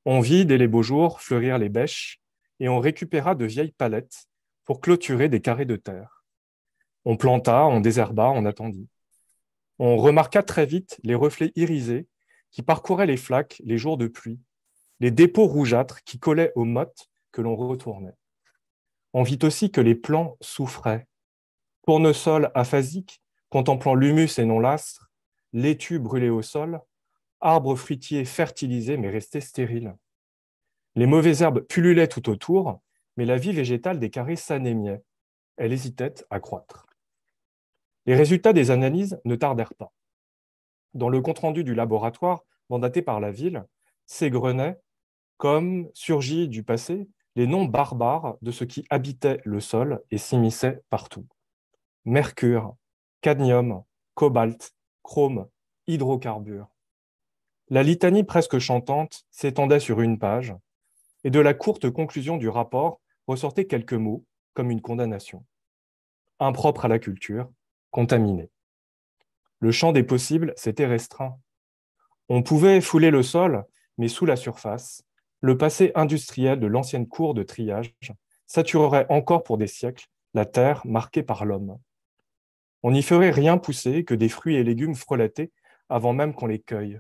On vit, dès les beaux jours, fleurir les bêches, et on récupéra de vieilles palettes pour clôturer des carrés de terre. On planta, on désherba, on attendit. On remarqua très vite les reflets irisés qui parcouraient les flaques les jours de pluie, les dépôts rougeâtres qui collaient aux mottes que l'on retournait. On vit aussi que les plants souffraient. Tournesol aphasique, contemplant l'humus et non l'astre, laitue brûlée au sol, arbres fruitiers fertilisés mais restés stériles. Les mauvaises herbes pullulaient tout autour, mais la vie végétale des carrés s'anémiait. Elle hésitait à croître. Les résultats des analyses ne tardèrent pas. Dans le compte-rendu du laboratoire, mandaté par la ville, s'égrenaient, comme surgis du passé, les noms barbares de ce qui habitait le sol et s'immisçait partout. Mercure, cadmium, cobalt, chrome, hydrocarbures. La litanie presque chantante s'étendait sur une page, et de la courte conclusion du rapport ressortaient quelques mots, comme une condamnation. Impropre à la culture, contaminé. Le champ des possibles s'était restreint. On pouvait fouler le sol, mais sous la surface, le passé industriel de l'ancienne cour de triage saturerait encore pour des siècles la terre marquée par l'homme. On n'y ferait rien pousser que des fruits et légumes frelatés avant même qu'on les cueille.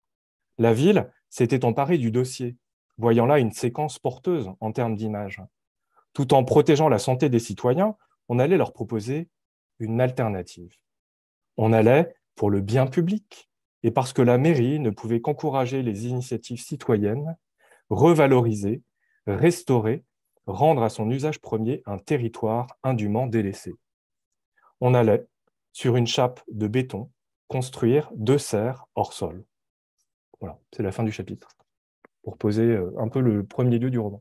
La ville s'était emparée du dossier, voyant là une séquence porteuse en termes d'image. Tout en protégeant la santé des citoyens, on allait leur proposer une alternative. On allait pour le bien public, et parce que la mairie ne pouvait qu'encourager les initiatives citoyennes, revaloriser, restaurer, rendre à son usage premier un territoire indûment délaissé. On allait, sur une chape de béton, construire 2 serres hors sol. Voilà, c'est la fin du chapitre, pour poser un peu le premier lieu du roman.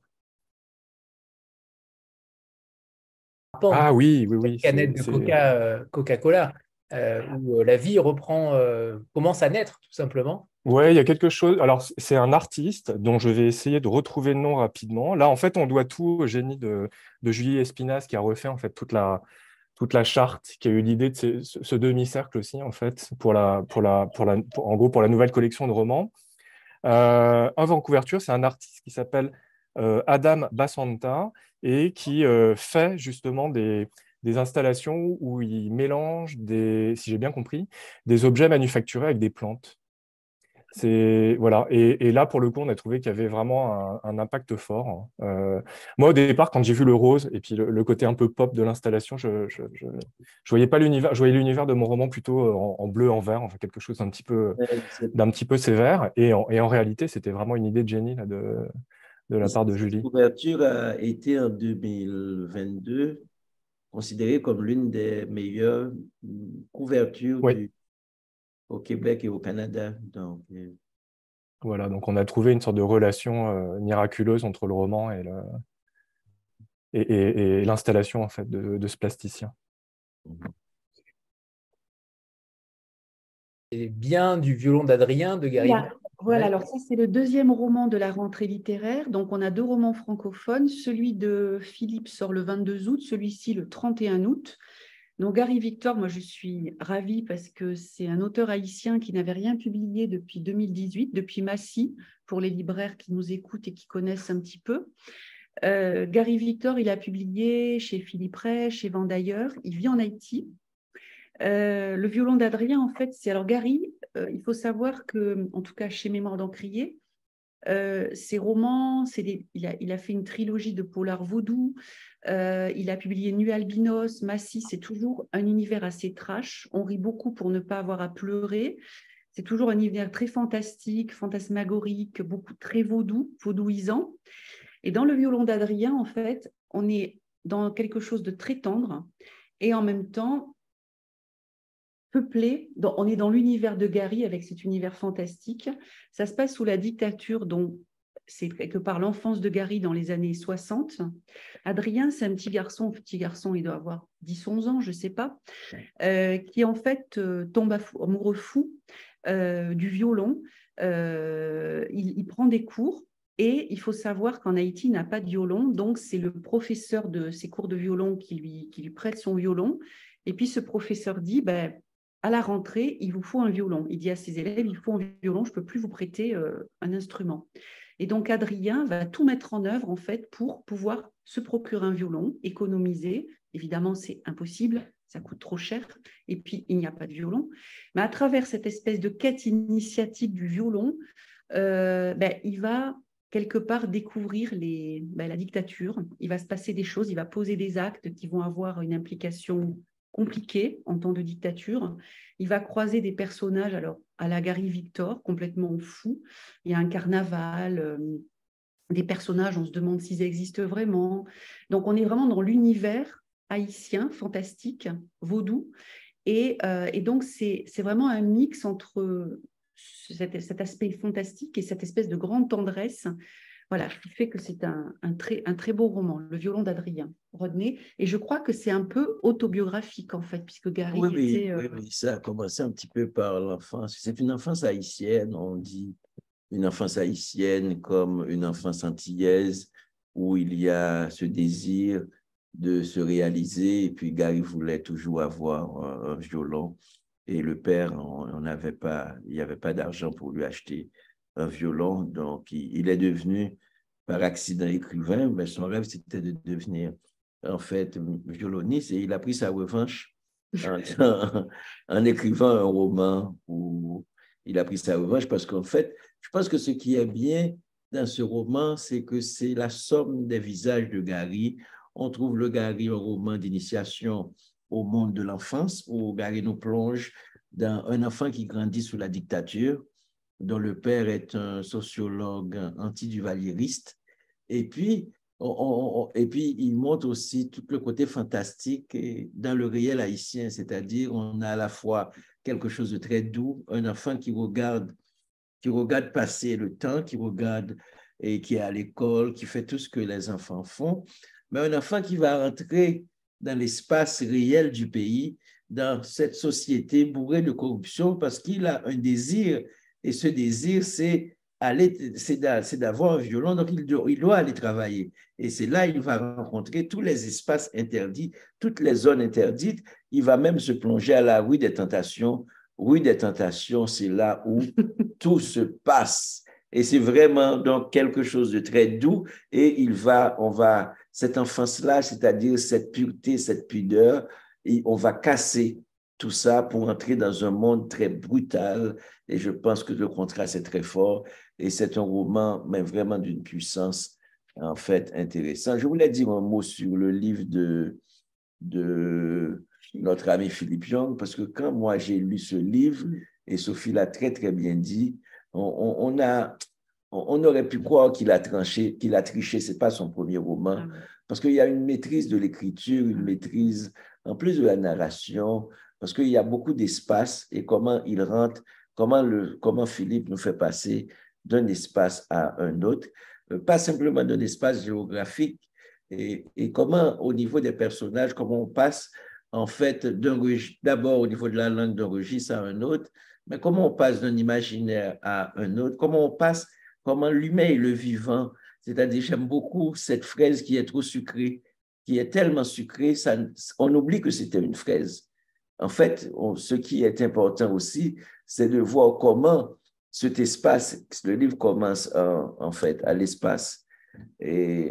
Ah oui. Canette de Coca-Cola, où la vie commence à naître, tout simplement. Ouais, il y a quelque chose. Alors, c'est un artiste dont je vais essayer de retrouver le nom rapidement. Là, en fait, on doit tout au génie de Julie Espinasse, qui a refait en fait toute la charte, qui a eu l'idée de ce demi-cercle aussi, en fait, pour la nouvelle collection de romans. Avant couverture, c'est un artiste qui s'appelle Adam Basanta et qui fait justement des installations où il mélange si j'ai bien compris, des objets manufacturés avec des plantes. Voilà. Et là, pour le coup, on a trouvé qu'il y avait vraiment un impact fort. Moi, au départ, quand j'ai vu le rose et puis le côté un peu pop de l'installation, je voyais pas l'univers, je voyais l'univers de mon roman plutôt en bleu, en vert, enfin quelque chose d'un petit peu sévère. Et en réalité, c'était vraiment une idée de génie là, de la part de Julie. Cette couverture a été en 2022 considérée comme l'une des meilleures couvertures au Québec et au Canada. Donc, voilà, donc on a trouvé une sorte de relation miraculeuse entre le roman et l'installation en fait de ce plasticien. Et bien du violon d'Adrien de Gary. Voilà, alors ça c'est le deuxième roman de la rentrée littéraire. Donc on a 2 romans francophones. Celui de Philippe sort le 22 août, celui-ci le 31 août. Donc Gary Victor, moi je suis ravie parce que c'est un auteur haïtien qui n'avait rien publié depuis 2018, depuis Massy, pour les libraires qui nous écoutent et qui connaissent un petit peu. Gary Victor, il a publié chez Philippe Ray, chez Vendailleur. Il vit en Haïti. Le violon d'Adrien, en fait, c'est... Alors Gary, il faut savoir que, en tout cas chez Mémoire d'Encrier, ses romans, il a fait une trilogie de polar vaudou, il a publié Nuit albinos, Massy, c'est toujours un univers assez trash, on rit beaucoup pour ne pas avoir à pleurer, c'est toujours un univers très fantastique, fantasmagorique, beaucoup très vaudouisant. Et dans le violon d'Adrien, en fait, on est dans quelque chose de très tendre et en même temps peuplé, on est dans l'univers de Gary avec cet univers fantastique. Ça se passe sous la dictature, dont c'est quelque part l'enfance de Gary dans les années 60. Adrien, c'est un petit garçon, il doit avoir 10-11 ans, je ne sais pas, qui en fait tombe amoureux fou du violon. Il prend des cours. Et il faut savoir qu'en Haïti, il n'a pas de violon, donc c'est le professeur de ses cours de violon qui lui prête son violon. Et puis ce professeur dit, à la rentrée, il vous faut un violon. Il dit à ses élèves, il faut un violon, je ne peux plus vous prêter un instrument. Et donc, Adrien va tout mettre en œuvre, en fait, pour pouvoir se procurer un violon, économiser. Évidemment, c'est impossible, ça coûte trop cher. Et puis, il n'y a pas de violon. Mais à travers cette espèce de quête initiatique du violon, il va quelque part découvrir la dictature. Il va se passer des choses, il va poser des actes qui vont avoir une implication compliquée en temps de dictature. Il va croiser des personnages, alors à la Gary Victor, complètement fous. Il y a un carnaval, des personnages, on se demande s'ils existent vraiment. Donc, on est vraiment dans l'univers haïtien, fantastique, vaudou. Et donc, c'est vraiment un mix entre cet aspect fantastique et cette espèce de grande tendresse, voilà, qui fait que c'est un très beau roman, Le violon d'Adrien Rodney. Et je crois que c'est un peu autobiographique, en fait, puisque Gary était… Oui, ça a commencé un petit peu par l'enfance. C'est une enfance haïtienne, on dit une enfance haïtienne comme une enfance antillaise, où il y a ce désir de se réaliser. Et puis Gary voulait toujours avoir un violon. Et le père, il n'y avait pas d'argent pour lui acheter un violon. Donc, il est devenu, par accident, écrivain, mais son rêve, c'était de devenir, en fait, violoniste. Et il a pris sa revanche en écrivant un roman où il a pris sa revanche parce qu'en fait, je pense que ce qui est bien dans ce roman, c'est que c'est la somme des visages de Gary. On trouve le Gary, un roman d'initiation au monde de l'enfance, où Gary nous plonge dans un enfant qui grandit sous la dictature, dont le père est un sociologue anti-duvalieriste. Et puis, il montre aussi tout le côté fantastique dans le réel haïtien, c'est-à-dire on a à la fois quelque chose de très doux, un enfant qui regarde passer le temps, qui regarde et qui est à l'école, qui fait tout ce que les enfants font, mais un enfant qui va rentrer dans l'espace réel du pays, dans cette société bourrée de corruption, parce qu'il a un désir, et ce désir, c'est d'avoir un violon, donc il doit aller travailler. Et c'est là qu'il va rencontrer tous les espaces interdits, toutes les zones interdites. Il va même se plonger à la rue des Tentations. Rue des Tentations, c'est là où tout se passe. Et c'est vraiment donc quelque chose de très doux. Et cette enfance-là, c'est-à-dire cette pureté, cette pudeur, et on va casser tout ça pour entrer dans un monde très brutal. Et je pense que le contraste est très fort. Et c'est un roman, mais vraiment d'une puissance, en fait, intéressante. Je voulais dire un mot sur le livre de notre ami Philippe Young, parce que quand moi j'ai lu ce livre, et Sophie l'a très, très bien dit, on aurait pu croire qu'il a triché, c'est pas son premier roman, parce qu'il y a une maîtrise de l'écriture, une maîtrise en plus de la narration, parce qu'il y a beaucoup d'espace et comment il rentre, comment Philippe nous fait passer d'un espace à un autre, pas simplement d'un espace géographique, et comment au niveau des personnages, comment on passe en fait d'abord au niveau de la langue d'un registre à un autre, mais comment on passe d'un imaginaire à un autre, comment l'humain et le vivant, c'est-à-dire j'aime beaucoup cette fraise qui est trop sucrée, qui est tellement sucrée, on oublie que c'était une fraise. En fait, ce qui est important aussi, c'est de voir comment cet espace, le livre commence en fait à l'espace et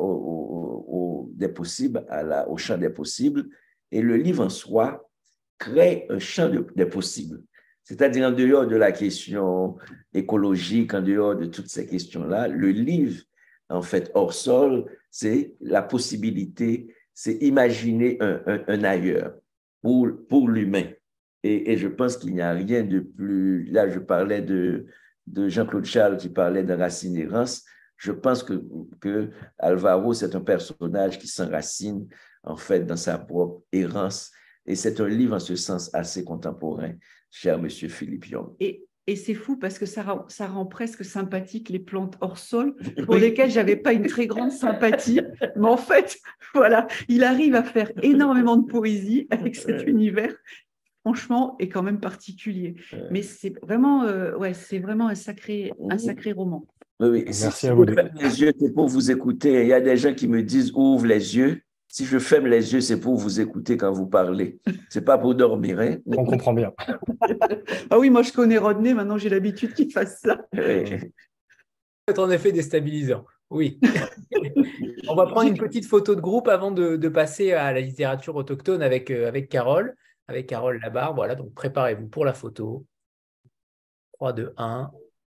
des possibles, au champ des possibles, et le livre en soi crée un champ des possibles. C'est-à-dire en dehors de la question écologique, en dehors de toutes ces questions-là, le livre, en fait, hors sol, c'est la possibilité, c'est imaginer un ailleurs pour l'humain. Et je pense qu'il n'y a rien de plus… Là, je parlais de Jean-Claude Charles qui parlait de Racine Errance. Je pense que Alvaro, c'est un personnage qui s'enracine, en fait, dans sa propre errance. Et c'est un livre, en ce sens, assez contemporain, cher monsieur Philippe Young. Et c'est fou parce que ça rend presque sympathique les plantes hors sol pour lesquelles je n'avais pas une très grande sympathie. Mais en fait, voilà, il arrive à faire énormément de poésie avec cet univers, franchement, est quand même particulier. Mais c'est vraiment un sacré roman. Oui. Merci à vous deux. Les yeux, c'est pour vous écouter. Il y a des gens qui me disent ouvre les yeux. Si je ferme les yeux, c'est pour vous écouter quand vous parlez. C'est pas pour dormir. Hein? On comprend bien. Ah oui, moi je connais Rodney, maintenant j'ai l'habitude qu'il fasse ça. Oui. être en effet déstabilisant. Oui. On va prendre une petite photo de groupe avant de passer à la littérature autochtone avec Carole Labarre. Voilà, donc préparez-vous pour la photo. 3, 2, 1.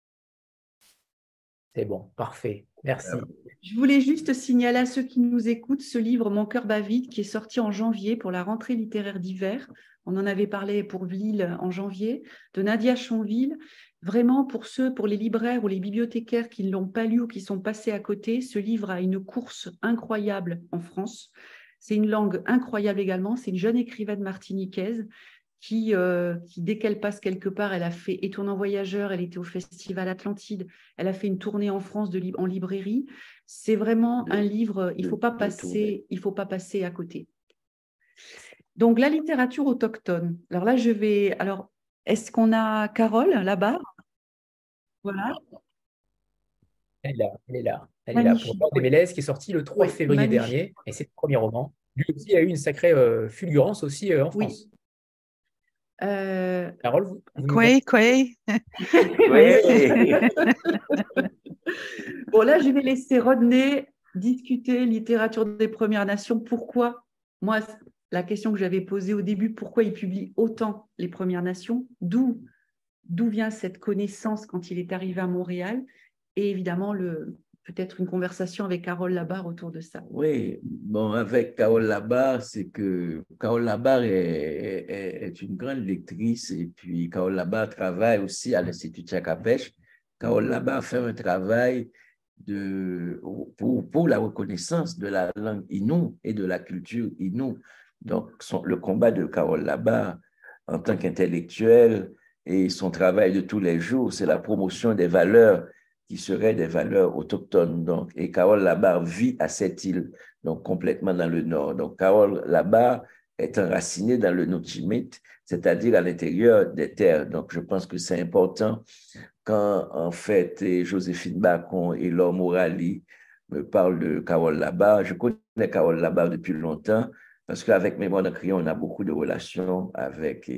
C'est bon, parfait. Merci. Je voulais juste signaler à ceux qui nous écoutent ce livre, Mon cœur bat vite, qui est sorti en janvier pour la rentrée littéraire d'hiver. On en avait parlé pour Vlille en janvier, de Nadia Chonville. Vraiment, pour les libraires ou les bibliothécaires qui ne l'ont pas lu ou qui sont passés à côté, ce livre a une course incroyable en France. C'est une langue incroyable également. C'est une jeune écrivaine martiniquaise qui, dès qu'elle passe quelque part, elle a fait Étonnant Voyageur, elle était au Festival Atlantide, elle a fait une tournée en France en librairie. C'est vraiment un livre, il ne faut pas passer à côté. Donc, la littérature autochtone. Alors là, est-ce qu'on a Carole là-bas? Voilà. Elle est là. Magnifique. Pour Bord des Mélèzes, qui est sorti le 3 février dernier, et c'est le premier roman. Lui aussi a eu une sacrée fulgurance aussi en France. Carole, vous Quoi? Bon, là, je vais laisser Rodney discuter littérature des Premières Nations. Pourquoi? Moi, la question que j'avais posée au début, pourquoi il publie autant les Premières Nations? D'où vient cette connaissance quand il est arrivé à Montréal? Et évidemment, peut-être une conversation avec Carole Labarre autour de ça. Oui, bon, avec Carole Labarre, c'est que Carole Labarre est une grande lectrice et puis Carole Labarre travaille aussi à l'Institut Tchakapèche. Carole Labarre fait un travail pour la reconnaissance de la langue Innu et de la culture Innu. Donc, le combat de Carole Labarre en tant qu'intellectuelle et son travail de tous les jours, c'est la promotion des valeurs qui seraient des valeurs autochtones. Donc, et Carole Labarre vit à cette île, donc complètement dans le nord. Donc, Carole Labarre est enracinée dans le Notchimit, c'est-à-dire à l'intérieur des terres. Donc, je pense que c'est important quand, en fait, Joséphine Bacon et Laure Morali me parlent de Carole Labarre. Je connais Carole Labarre depuis longtemps parce qu'avec Mémoire d'un crayon, on a beaucoup de relations avec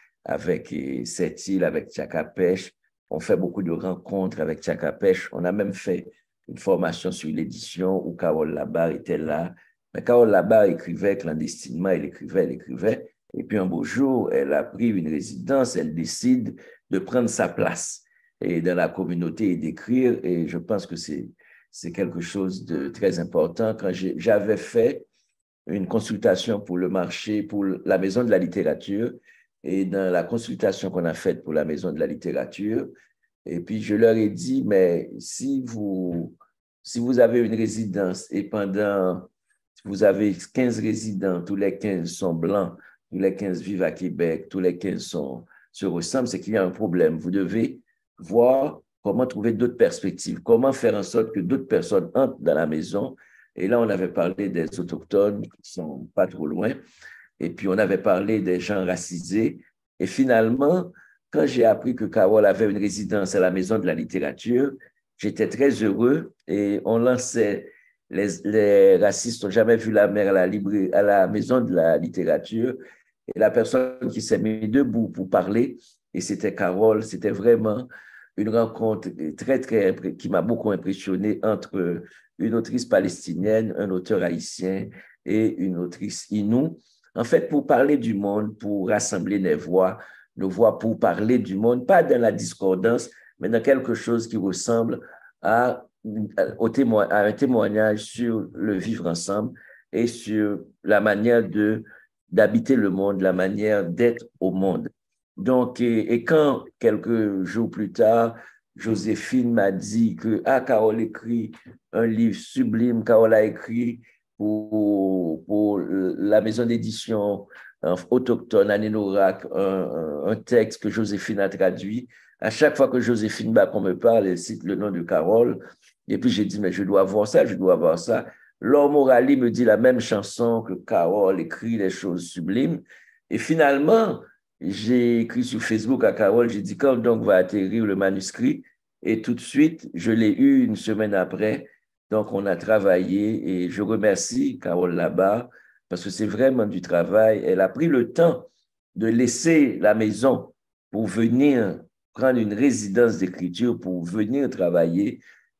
cette île, avec Tchakapèche. On fait beaucoup de rencontres avec Tchakapèche. On a même fait une formation sur l'édition où Carole Labarre était là. Mais Carole Labarre écrivait clandestinement, elle écrivait. Et puis un beau jour, elle a pris une résidence, elle décide de prendre sa place et dans la communauté et d'écrire. Et je pense que c'est quelque chose de très important. Quand j'avais fait une consultation pour le marché, pour la Maison de la littérature, et dans la consultation qu'on a faite pour la Maison de la littérature, et puis je leur ai dit, mais si vous avez une résidence et vous avez 15 résidents, tous les 15 sont blancs, tous les 15 vivent à Québec, tous les 15 se ressemblent, c'est qu'il y a un problème. Vous devez voir comment trouver d'autres perspectives, comment faire en sorte que d'autres personnes entrent dans la maison. Et là, on avait parlé des Autochtones qui ne sont pas trop loin. Et puis, on avait parlé des gens racisés. Et finalement, quand j'ai appris que Carole avait une résidence à la Maison de la littérature, j'étais très heureux et on lançait les racistes n'ont jamais vu la mer à la Maison de la littérature. Et la personne qui s'est mise debout pour parler, et c'était Carole, c'était vraiment une rencontre qui m'a beaucoup impressionné entre une autrice palestinienne, un auteur haïtien et une autrice Innu. En fait, pour parler du monde, pour rassembler nos voix pour parler du monde, pas dans la discordance, mais dans quelque chose qui ressemble à un témoignage sur le vivre ensemble et sur la manière d'habiter le monde, la manière d'être au monde. Donc, et quand quelques jours plus tard, Joséphine m'a dit que Carole écrit un livre sublime, Carole a écrit pour la maison d'édition autochtone Anénorak, un texte que Joséphine a traduit. À chaque fois que Joséphine Bacon me parle, elle cite le nom de Carole. Et puis j'ai dit, mais je dois voir ça. Laure Morali me dit la même chanson que Carole écrit des choses sublimes. Et finalement, j'ai écrit sur Facebook à Carole, j'ai dit, quand donc va atterrir le manuscrit? Et tout de suite, je l'ai eu une semaine après. Donc, on a travaillé et je remercie Carole Labarre parce que c'est vraiment du travail. Elle a pris le temps de laisser la maison pour venir prendre une résidence d'écriture, pour venir travailler.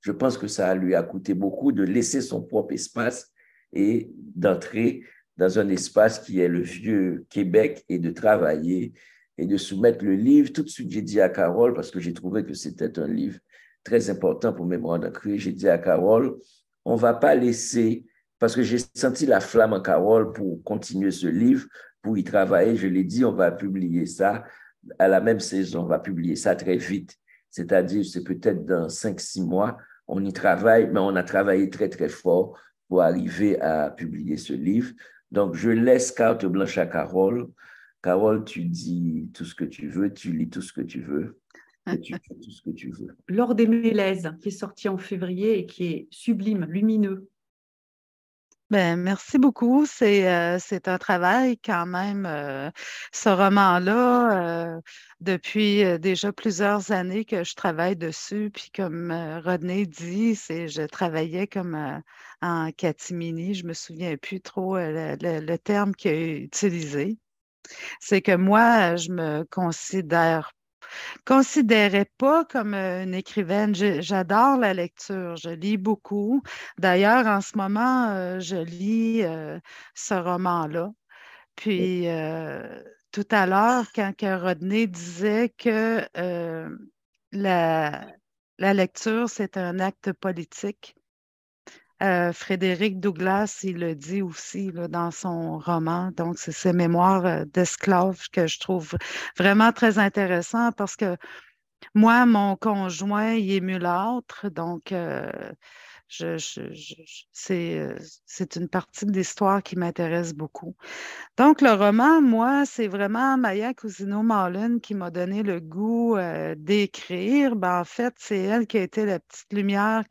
je pense que ça lui a coûté beaucoup de laisser son propre espace et d'entrer dans un espace qui est le vieux Québec et de travailler et de soumettre le livre. Tout de suite, j'ai dit à Carole, parce que j'ai trouvé que c'était un livre très important pour Mémoire d'un cri, j'ai dit à Carole, on ne va pas laisser, parce que j'ai senti la flamme en Carole pour continuer ce livre, pour y travailler. Je l'ai dit, on va publier ça à la même saison, on va publier ça très vite. C'est-à-dire, c'est peut-être dans 5-6 mois, on y travaille, mais on a travaillé très, très fort pour arriver à publier ce livre. Donc, je laisse carte blanche à Carole. Carole, tu dis tout ce que tu veux, tu lis tout ce que tu veux, et tu fais tout ce que tu veux. L'Or des Mélèzes, qui est sorti en février et qui est sublime, lumineux. Ben, merci beaucoup. C'est un travail quand même. Ce roman-là, depuis déjà plusieurs années que je travaille dessus. Puis comme Rodney dit, je travaillais comme en catimini. Je me souviens plus trop le terme qu'il a utilisé. C'est que moi, je me considérais pas comme une écrivaine. J'adore la lecture, je lis beaucoup. D'ailleurs, en ce moment, je lis ce roman-là. Puis, tout à l'heure, quand que Rodney disait que la, la lecture, c'est un acte politique, Frédéric Douglass, il le dit aussi là, dans son roman. Donc, c'est ses mémoires d'esclaves que je trouve vraiment très intéressant parce que moi, mon conjoint, il est mulâtre, donc c'est une partie de l'histoire qui m'intéresse beaucoup. Donc, le roman, moi, c'est vraiment Maya Cousino-Marlin qui m'a donné le goût d'écrire. Ben, en fait, c'est elle qui a été la petite lumière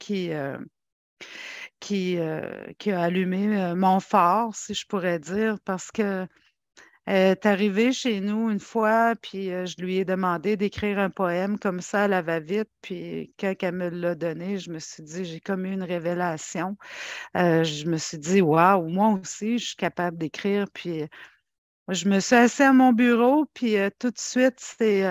qui a allumé mon phare, si je pourrais dire, parce que elle est arrivée chez nous une fois, puis je lui ai demandé d'écrire un poème comme ça à la va-vite. Puis quand elle me l'a donné, je me suis dit, j'ai comme eu une révélation. Je me suis dit, waouh, moi aussi, je suis capable d'écrire. Puis je me suis assise à mon bureau, puis tout de suite, c'est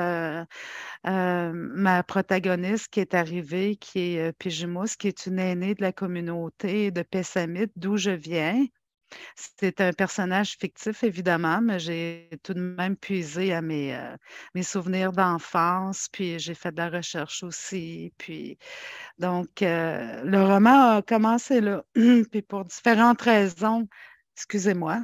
ma protagoniste qui est arrivée, qui est Pijimous, qui est une aînée de la communauté de Pessamit, d'où je viens. C'est un personnage fictif, évidemment, mais j'ai tout de même puisé à mes souvenirs d'enfance, puis j'ai fait de la recherche aussi. Puis, donc, le roman a commencé là, puis pour différentes raisons, excusez-moi.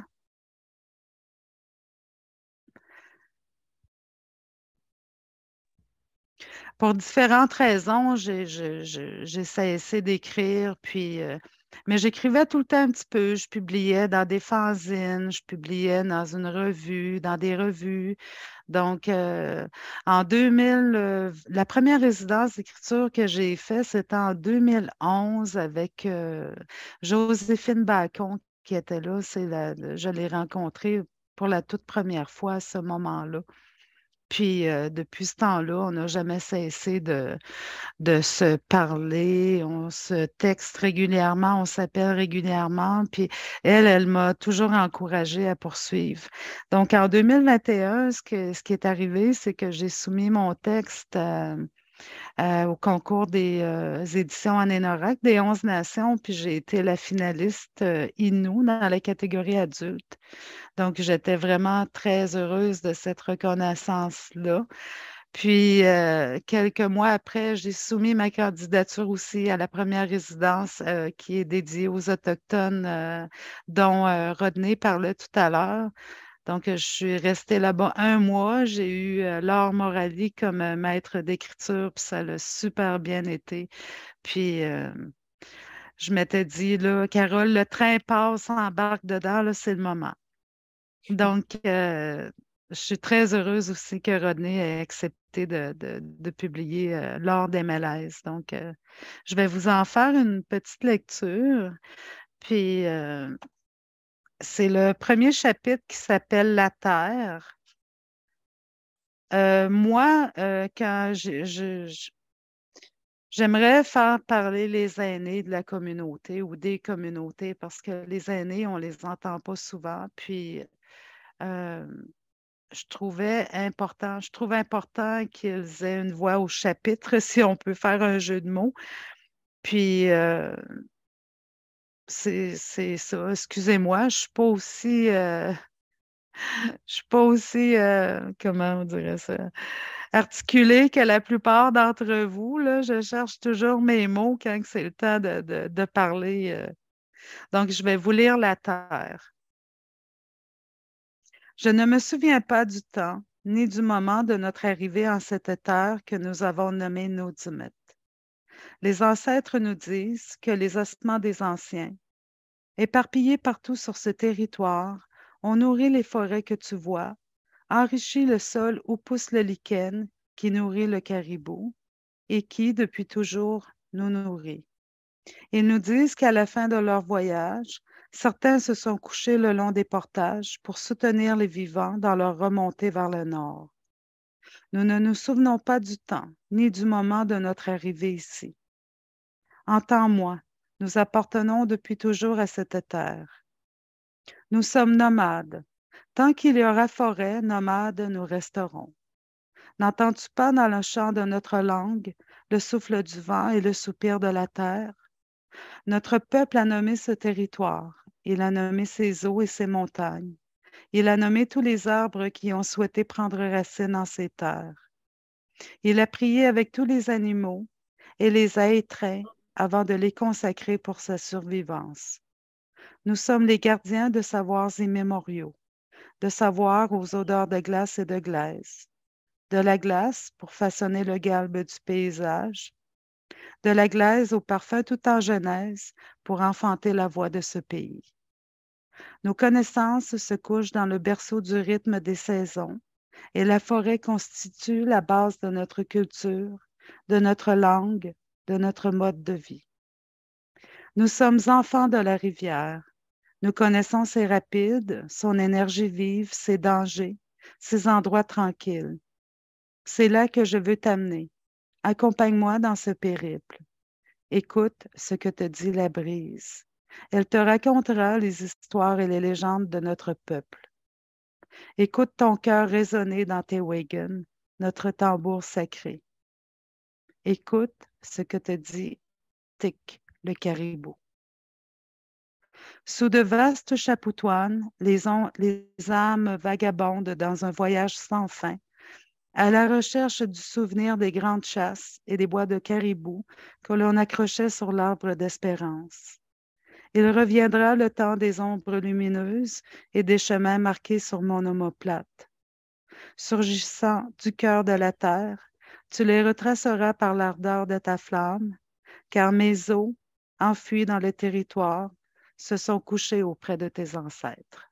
Pour différentes raisons, j'ai cessé d'écrire, puis, mais j'écrivais tout le temps un petit peu. Je publiais dans des fanzines, je publiais dans une revue, dans des revues. Donc, en 2000, la première résidence d'écriture que j'ai faite, c'était en 2011 avec Joséphine Bacon qui était là. Je l'ai rencontrée pour la toute première fois à ce moment-là. Puis, depuis ce temps-là, on n'a jamais cessé de se parler. On se texte régulièrement, on s'appelle régulièrement. Puis, elle m'a toujours encouragée à poursuivre. Donc, en 2021, ce qui est arrivé, c'est que j'ai soumis mon texte au concours des éditions Anénorak des 11 nations, puis j'ai été la finaliste Innu dans la catégorie adulte. Donc, j'étais vraiment très heureuse de cette reconnaissance-là. Puis, quelques mois après, j'ai soumis ma candidature aussi à la première résidence qui est dédiée aux Autochtones, dont Rodney parlait tout à l'heure. Donc, je suis restée là-bas un mois. J'ai eu Laure Morali comme maître d'écriture, puis ça l'a super bien été. Puis, je m'étais dit, là, Carole, le train passe, embarque dedans, là, c'est le moment. Donc, je suis très heureuse aussi que Rodney ait accepté de publier L'Or des Mélèzes. Donc, je vais vous en faire une petite lecture. Puis, c'est le premier chapitre qui s'appelle La Terre. Moi, quand j'aimerais faire parler les aînés de la communauté ou des communautés parce que les aînés, on ne les entend pas souvent. Puis, je trouve important qu'ils aient une voix au chapitre, si on peut faire un jeu de mots. Puis, c'est ça. Excusez-moi, je suis pas aussi, comment on dirait ça, articulée que la plupart d'entre vous, là. Je cherche toujours mes mots quand c'est le temps de parler. Donc, je vais vous lire la terre. Je ne me souviens pas du temps, ni du moment de notre arrivée en cette terre que nous avons nommée Naudimet. Les ancêtres nous disent que les ossements des anciens, éparpillés partout sur ce territoire, ont nourri les forêts que tu vois, enrichi le sol où pousse le lichen qui nourrit le caribou et qui, depuis toujours, nous nourrit. Ils nous disent qu'à la fin de leur voyage, certains se sont couchés le long des portages pour soutenir les vivants dans leur remontée vers le nord. Nous ne nous souvenons pas du temps, ni du moment de notre arrivée ici. Entends-moi, nous appartenons depuis toujours à cette terre. Nous sommes nomades. Tant qu'il y aura forêt, nomades nous resterons. N'entends-tu pas dans le chant de notre langue le souffle du vent et le soupir de la terre? Notre peuple a nommé ce territoire. Il a nommé ses eaux et ses montagnes. Il a nommé tous les arbres qui ont souhaité prendre racine en ces terres. Il a prié avec tous les animaux et les a étreints avant de les consacrer pour sa survivance. Nous sommes les gardiens de savoirs immémoriaux, de savoirs aux odeurs de glace et de glaise, de la glace pour façonner le galbe du paysage, de la glaise au parfum tout en genèse pour enfanter la voix de ce pays. Nos connaissances se couchent dans le berceau du rythme des saisons et la forêt constitue la base de notre culture, de notre langue, de notre mode de vie. Nous sommes enfants de la rivière. Nous connaissons ses rapides, son énergie vive, ses dangers, ses endroits tranquilles. C'est là que je veux t'amener. Accompagne-moi dans ce périple. Écoute ce que te dit la brise. Elle te racontera les histoires et les légendes de notre peuple. Écoute ton cœur résonner dans tes wagons, notre tambour sacré. Écoute ce que te dit Tic, le caribou. Sous de vastes chapoutoines, les âmes vagabondent dans un voyage sans fin, à la recherche du souvenir des grandes chasses et des bois de caribou que l'on accrochait sur l'arbre d'espérance. Il reviendra le temps des ombres lumineuses et des chemins marqués sur mon omoplate. Surgissant du cœur de la terre, tu les retraceras par l'ardeur de ta flamme, car mes os, enfuis dans le territoire, se sont couchés auprès de tes ancêtres.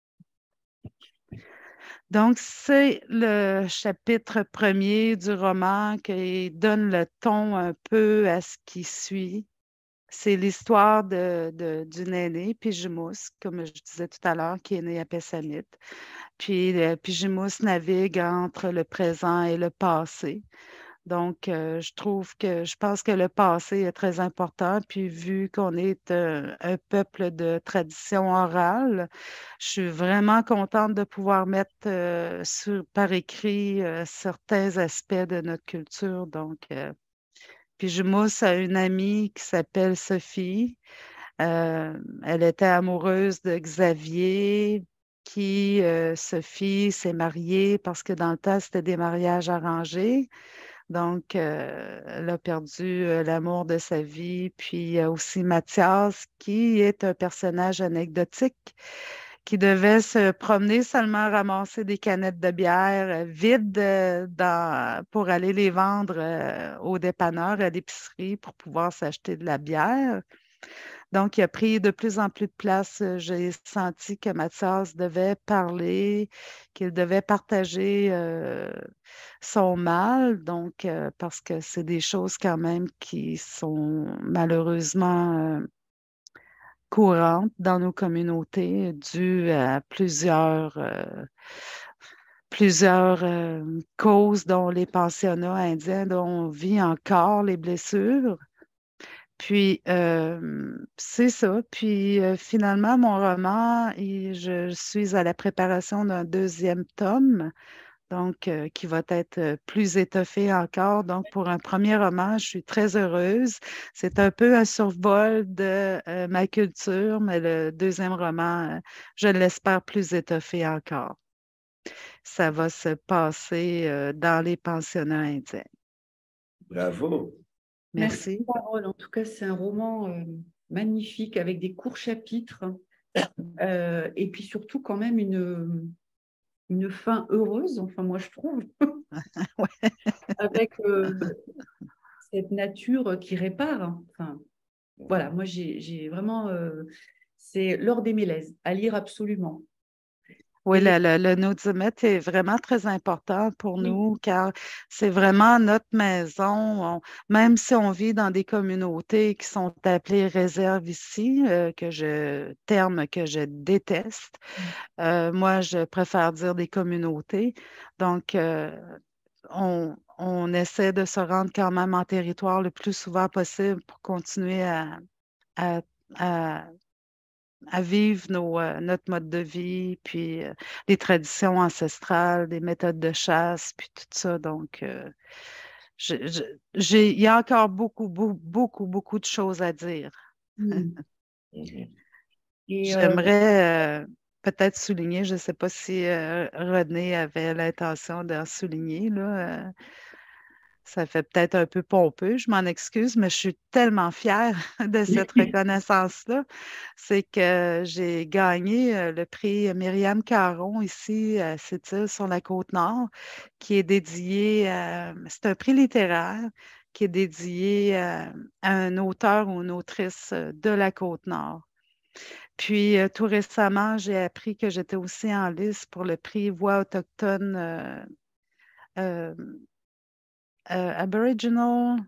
Donc, c'est le chapitre premier du roman qui donne le ton un peu à ce qui suit. C'est l'histoire d'une aînée, Pijimous, comme je disais tout à l'heure, qui est née à Pessamit. Puis Pijimous navigue entre le présent et le passé. Donc, je pense que le passé est très important. Puis, vu qu'on est un peuple de tradition orale, je suis vraiment contente de pouvoir mettre par écrit certains aspects de notre culture. Donc, Pijimous a une amie qui s'appelle Sophie. Elle était amoureuse de Xavier, qui, Sophie, s'est mariée parce que dans le temps, c'était des mariages arrangés. Donc, elle a perdu l'amour de sa vie. Puis, il y a aussi Mathias, qui est un personnage anecdotique, qui devait se promener seulement ramasser des canettes de bière vides pour aller les vendre au dépanneur, à l'épicerie, pour pouvoir s'acheter de la bière. Donc, il a pris de plus en plus de place. J'ai senti que Mathias devait parler, qu'il devait partager son mal, donc parce que c'est des choses quand même qui sont malheureusement courantes dans nos communautés, dues à plusieurs causes, dont les pensionnats indiens, dont on vit encore les blessures. Puis, c'est ça. Puis, finalement, mon roman, je suis à la préparation d'un deuxième tome. donc qui va être plus étoffé encore. Donc, pour un premier roman, je suis très heureuse. C'est un peu un survol de ma culture, mais le deuxième roman, je l'espère plus étoffé encore. Ça va se passer dans les pensionnats indiens. Bravo. Merci. Carole. En tout cas, c'est un roman magnifique avec des courts chapitres et puis surtout quand même une fin heureuse, enfin moi je trouve, Ouais. avec cette nature qui répare. Enfin, voilà, moi j'ai vraiment, c'est L'Or des Mélèzes, à lire absolument. Oui, Et- le Naudimet est vraiment très important pour Oui. nous car c'est vraiment notre maison. Même si on vit dans des communautés qui sont appelées réserves ici, terme que je déteste, moi je préfère dire des communautés. Donc, on essaie de se rendre quand même en territoire le plus souvent possible pour continuer à, à- à vivre notre mode de vie, puis les traditions ancestrales, des méthodes de chasse, puis tout ça. Donc, il y a encore beaucoup de choses à dire. Mm. Mhm. Et J'aimerais peut-être souligner, je ne sais pas si René avait l'intention d'en souligner, là. Ça fait peut-être un peu pompeux, je m'en excuse, mais je suis tellement fière de cette reconnaissance-là. C'est que j'ai gagné le prix Myriam Caron ici à Sept-Îles sur la Côte-Nord, qui est dédié c'est un prix littéraire qui est dédié à un auteur ou une autrice de la Côte-Nord. Puis tout récemment, j'ai appris que j'étais aussi en liste pour le prix Voix autochtone euh, Aboriginal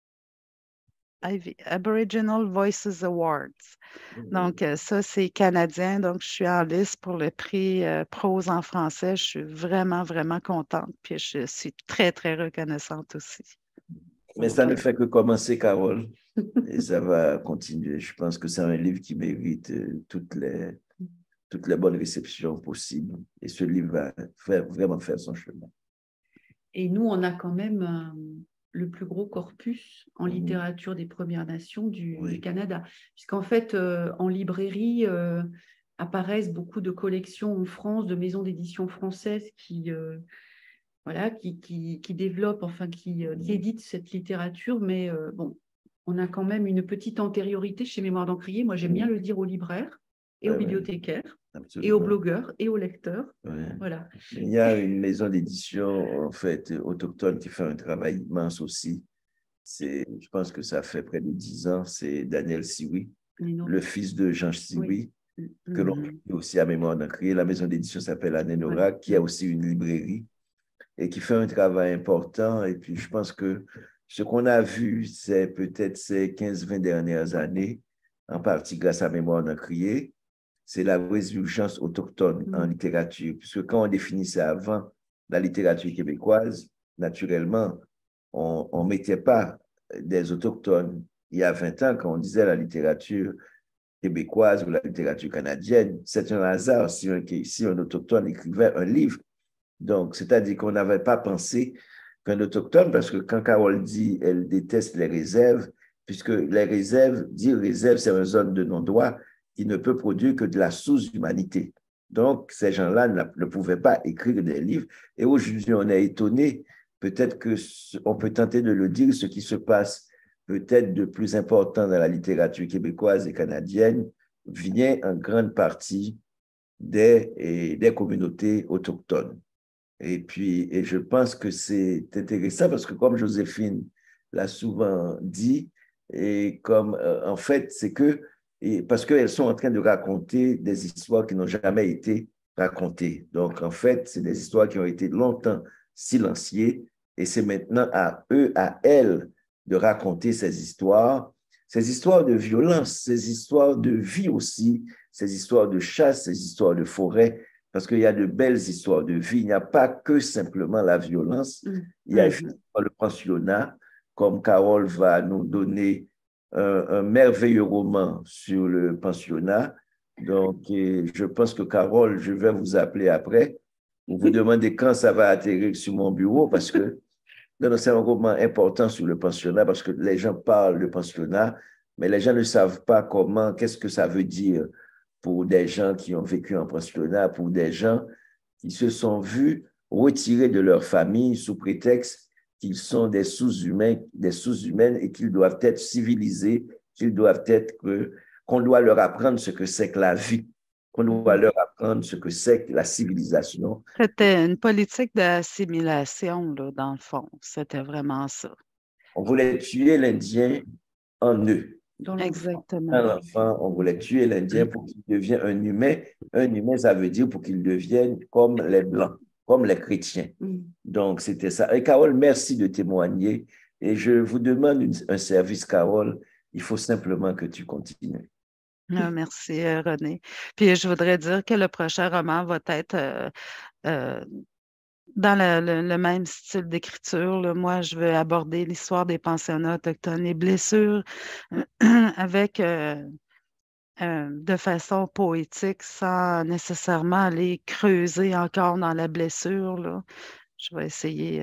Aboriginal Voices Awards. Donc, ça, c'est canadien. Donc, je suis en liste pour le prix prose en français. Je suis vraiment contente. Puis, je suis très reconnaissante aussi. Mais ça ne fait que commencer, Carole, et ça va continuer. Je pense que c'est un livre qui mérite toutes les bonnes réceptions possibles. Et ce livre va vraiment faire son chemin. Et nous, on a quand même le plus gros corpus en littérature des Premières Nations du Canada. Puisqu'en fait, en librairie, apparaissent beaucoup de collections en France, de maisons d'édition françaises qui développent, enfin, qui éditent cette littérature. Mais bon, on a quand même une petite antériorité chez Mémoire d'Encrier. Moi, j'aime bien le dire aux libraires et aux bibliothécaires. Absolument. Et aux blogueurs et aux lecteurs. Ouais. Voilà. Il y a une maison d'édition en fait autochtone qui fait un travail immense aussi. Je pense que ça fait près de 10 ans. C'est Daniel Sioui, le fils de Jean Sioui, que l'on connaît aussi à Mémoire d'Encrier. La maison d'édition s'appelle Anénora, qui a aussi une librairie et qui fait un travail important. Et puis, je pense que ce qu'on a vu, c'est peut-être ces 15-20 dernières années, en partie grâce à Mémoire d'Encrier, c'est la résurgence autochtone en littérature. Puisque quand on définissait avant la littérature québécoise, naturellement, on ne mettait pas des autochtones. Il y a 20 ans, quand on disait la littérature québécoise ou la littérature canadienne, c'est un hasard si un autochtone écrivait un livre. Donc, c'est-à-dire qu'on n'avait pas pensé qu'un autochtone, parce que quand Carole dit elle déteste les réserves, puisque les réserves, dire réserve, c'est une zone de non-droit qui ne peut produire que de la sous-humanité. Donc, ces gens-là ne pouvaient pas écrire des livres. Et aujourd'hui, on est étonné, peut-être qu'on peut tenter de le dire, ce qui se passe peut-être de plus important dans la littérature québécoise et canadienne vient en grande partie des communautés autochtones. Et je pense que c'est intéressant parce que comme Joséphine l'a souvent dit, et comme en fait, parce qu'elles sont en train de raconter des histoires qui n'ont jamais été racontées. Donc, en fait, c'est des histoires qui ont été longtemps silenciées et c'est maintenant à eux, à elles, de raconter ces histoires de violence, ces histoires de vie aussi, ces histoires de chasse, ces histoires de forêt, parce qu'il y a de belles histoires de vie. Il n'y a pas que simplement la violence. Il y a le pensionnat, comme Carole va nous donner un merveilleux roman sur le pensionnat. Donc, je pense que Carole, je vais vous appeler après Vous vous demandez quand ça va atterrir sur mon bureau parce que non, c'est un regroupement important sur le pensionnat parce que les gens parlent de pensionnat, mais les gens ne savent pas qu'est-ce que ça veut dire pour des gens qui ont vécu en pensionnat, pour des gens qui se sont vus retirés de leur famille sous prétexte qu'ils sont des sous-humaines et qu'ils doivent être civilisés, qu'on doit leur apprendre ce que c'est que la vie, qu'on doit leur apprendre ce que c'est que la civilisation. C'était une politique d'assimilation, là, dans le fond. C'était vraiment ça. On voulait tuer l'Indien en eux. Exactement. Un enfant, on voulait tuer l'Indien pour qu'il devienne un humain. Un humain, ça veut dire pour qu'il devienne comme les Blancs, comme les chrétiens. Donc, c'était ça. Et Carole, merci de témoigner. Et je vous demande un service, Carole. Il faut simplement que tu continues. Ah, merci, René. Puis je voudrais dire que le prochain roman va être dans le même style d'écriture. Là. Moi, je veux aborder l'histoire des pensionnats autochtones, les blessures avec de façon poétique, sans nécessairement aller creuser encore dans la blessure. Là. Je vais essayer.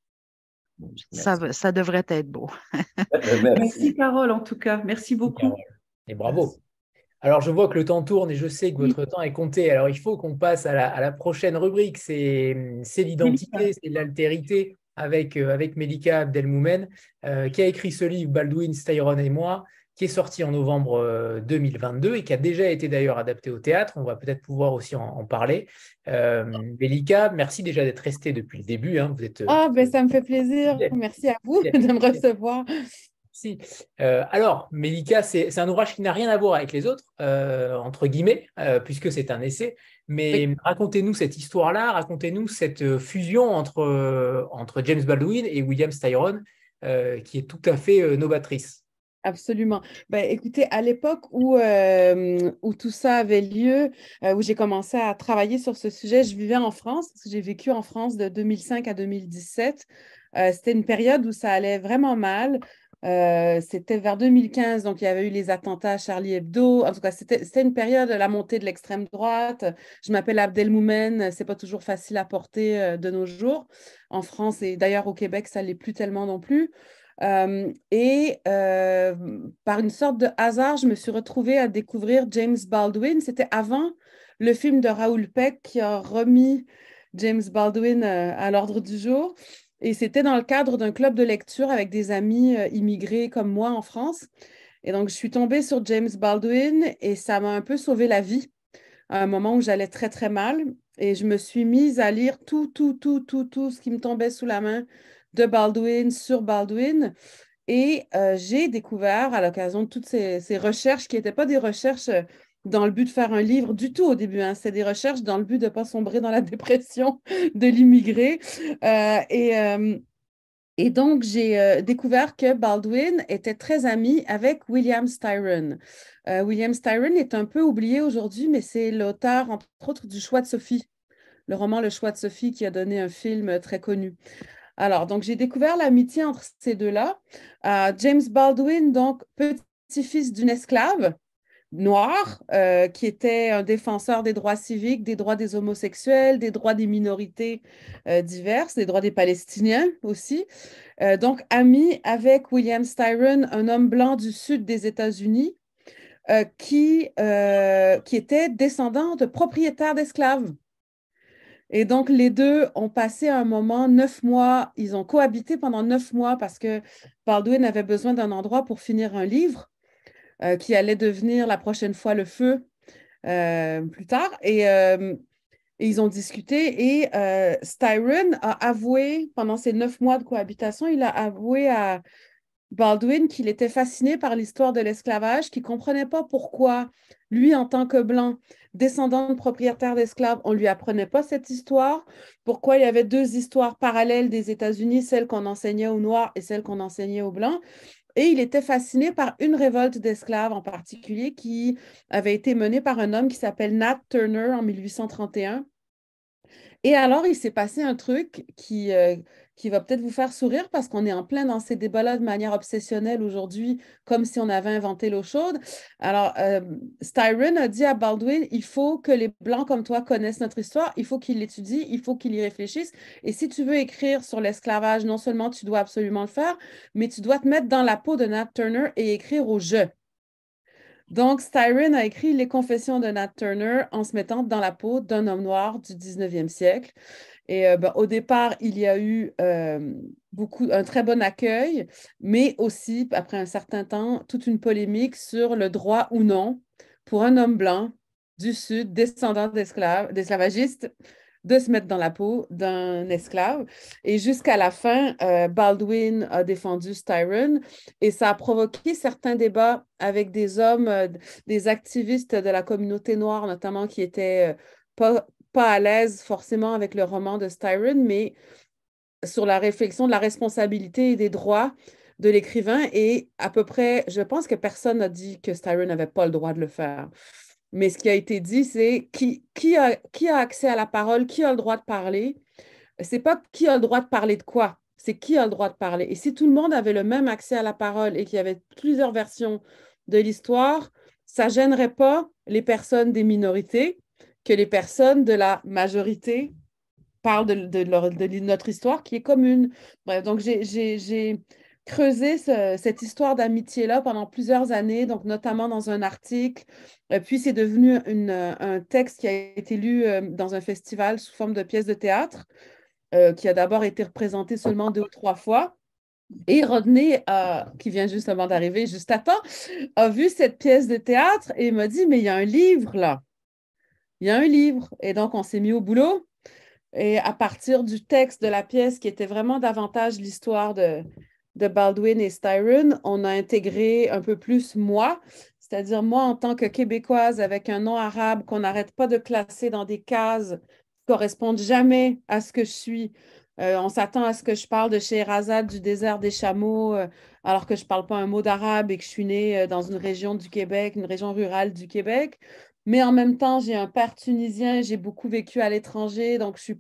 Ça devrait être beau. Merci, Carole, en tout cas. Merci beaucoup. Et bravo. Alors, je vois que le temps tourne et je sais que votre temps est compté. Alors, il faut qu'on passe à la prochaine rubrique. C'est l'identité, c'est l'altérité avec Melika Abdelmoumen, qui a écrit ce livre, Baldwin, Styron et moi, qui est sorti en novembre 2022 et qui a déjà été d'ailleurs adapté au théâtre. On va peut-être pouvoir aussi en parler. Melika, merci déjà d'être restée depuis le début. Hein. Vous êtes, ça me fait plaisir. Merci à vous de me recevoir. Si. Alors, Melika, c'est un ouvrage qui n'a rien à voir avec les autres, entre guillemets, puisque c'est un essai. Mais racontez-nous cette histoire-là, racontez-nous cette fusion entre James Baldwin et William Styron, qui est tout à fait novatrice. Absolument. Écoutez, à l'époque où tout ça avait lieu, où j'ai commencé à travailler sur ce sujet, je vivais en France. J'ai vécu en France de 2005 à 2017. C'était une période où ça allait vraiment mal. C'était vers 2015, donc il y avait eu les attentats à Charlie Hebdo. En tout cas, c'était une période de la montée de l'extrême droite. Je m'appelle Abdelmoumen, c'est pas toujours facile à porter de nos jours. En France et d'ailleurs au Québec, ça l'est plus tellement non plus. Par une sorte de hasard, je me suis retrouvée à découvrir James Baldwin. C'était avant le film de Raoul Peck qui a remis James Baldwin à l'ordre du jour. Et c'était dans le cadre d'un club de lecture avec des amis immigrés comme moi en France. Et donc, je suis tombée sur James Baldwin et ça m'a un peu sauvé la vie à un moment où j'allais très, très mal. Et je me suis mise à lire tout ce qui me tombait sous la main de Baldwin, sur Baldwin. Et j'ai découvert, à l'occasion de toutes ces recherches, qui n'étaient pas des recherches dans le but de faire un livre du tout au début, hein. C'est des recherches dans le but de ne pas sombrer dans la dépression de l'immigré. Et donc, j'ai découvert que Baldwin était très ami avec William Styron. William Styron est un peu oublié aujourd'hui, mais c'est l'auteur, entre autres, du Choix de Sophie, le roman Le Choix de Sophie, qui a donné un film très connu. Alors, donc, j'ai découvert l'amitié entre ces deux-là. James Baldwin, donc, petit-fils d'une esclave noire, qui était un défenseur des droits civiques, des droits des homosexuels, des droits des minorités diverses, des droits des Palestiniens aussi. Donc, ami avec William Styron, un homme blanc du sud des États-Unis, qui était descendant de propriétaires d'esclaves. Et donc, les deux ont passé un moment, 9 mois, ils ont cohabité pendant 9 mois parce que Baldwin avait besoin d'un endroit pour finir un livre qui allait devenir la prochaine fois Le Feu plus tard. Et ils ont discuté et Styron a avoué, pendant ces 9 mois de cohabitation, il a avoué à Baldwin qu'il était fasciné par l'histoire de l'esclavage, qu'il ne comprenait pas pourquoi, lui, en tant que blanc, descendant de propriétaire d'esclaves, on ne lui apprenait pas cette histoire, pourquoi il y avait deux histoires parallèles des États-Unis, celle qu'on enseignait aux Noirs et celle qu'on enseignait aux Blancs. Et il était fasciné par une révolte d'esclaves en particulier qui avait été menée par un homme qui s'appelle Nat Turner en 1831. Et alors, il s'est passé un truc qui qui va peut-être vous faire sourire parce qu'on est en plein dans ces débats-là de manière obsessionnelle aujourd'hui, comme si on avait inventé l'eau chaude. Alors, Styron a dit à Baldwin, il faut que les Blancs comme toi connaissent notre histoire, il faut qu'ils l'étudient, il faut qu'ils y réfléchissent. Et si tu veux écrire sur l'esclavage, non seulement tu dois absolument le faire, mais tu dois te mettre dans la peau de Nat Turner et écrire au jeu. Donc, Styron a écrit Les Confessions de Nat Turner en se mettant dans la peau d'un homme noir du 19e siècle. Et au départ, il y a eu un très bon accueil, mais aussi, après un certain temps, toute une polémique sur le droit ou non pour un homme blanc du Sud, descendant d'esclavagistes, de se mettre dans la peau d'un esclave. Et jusqu'à la fin, Baldwin a défendu Styron et ça a provoqué certains débats avec des hommes, des activistes de la communauté noire, notamment qui étaient pas à l'aise forcément avec le roman de Styron, mais sur la réflexion de la responsabilité et des droits de l'écrivain. Et à peu près, je pense que personne n'a dit que Styron n'avait pas le droit de le faire. Mais ce qui a été dit, c'est qui a accès à la parole, qui a le droit de parler. C'est pas qui a le droit de parler de quoi, c'est qui a le droit de parler. Et si tout le monde avait le même accès à la parole et qu'il y avait plusieurs versions de l'histoire, ça gênerait pas les personnes des minorités que les personnes de la majorité parlent de notre histoire qui est commune. Bref, donc j'ai creusé cette histoire d'amitié-là pendant plusieurs années, donc notamment dans un article. Puis c'est devenu un texte qui a été lu dans un festival sous forme de pièce de théâtre, qui a d'abord été représenté seulement 2 ou 3 fois. Et Rodney, qui vient justement d'arriver juste à temps, a vu cette pièce de théâtre et m'a dit, mais il y a un livre là. Il y a un livre. Et donc, on s'est mis au boulot. Et à partir du texte de la pièce, qui était vraiment davantage l'histoire de Baldwin et Styron, on a intégré un peu plus moi, c'est-à-dire moi en tant que Québécoise avec un nom arabe qu'on n'arrête pas de classer dans des cases qui ne correspondent jamais à ce que je suis. On s'attend à ce que je parle de Scheherazade du désert des chameaux, alors que je ne parle pas un mot d'arabe et que je suis née dans une région du Québec, une région rurale du Québec. Mais en même temps, j'ai un père tunisien, j'ai beaucoup vécu à l'étranger, donc je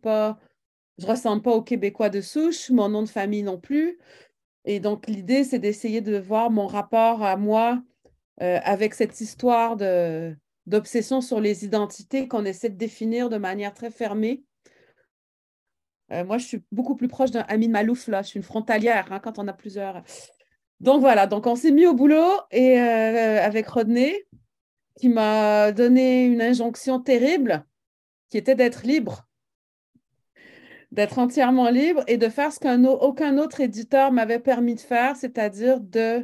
ne ressemble pas aux Québécois de souche, mon nom de famille non plus. Et donc, l'idée, c'est d'essayer de voir mon rapport à moi avec cette histoire d'obsession sur les identités qu'on essaie de définir de manière très fermée. Moi, je suis beaucoup plus proche d'un Amin Malouf, là. Je suis une frontalière hein, quand on a plusieurs. Donc, voilà. Donc, on s'est mis au boulot et avec Rodney, qui m'a donné une injonction terrible, qui était d'être libre, d'être entièrement libre et de faire ce qu'aucun autre éditeur m'avait permis de faire, c'est-à-dire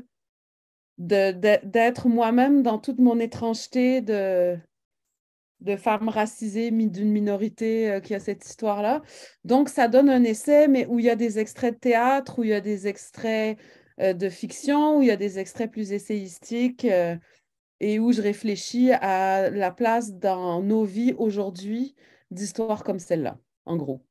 d'être moi-même dans toute mon étrangeté de femme racisée d'une minorité qui a cette histoire-là. Donc, ça donne un essai, mais où il y a des extraits de théâtre, où il y a des extraits de fiction, où il y a des extraits plus essayistique et où je réfléchis à la place dans nos vies aujourd'hui d'histoires comme celle-là, en gros.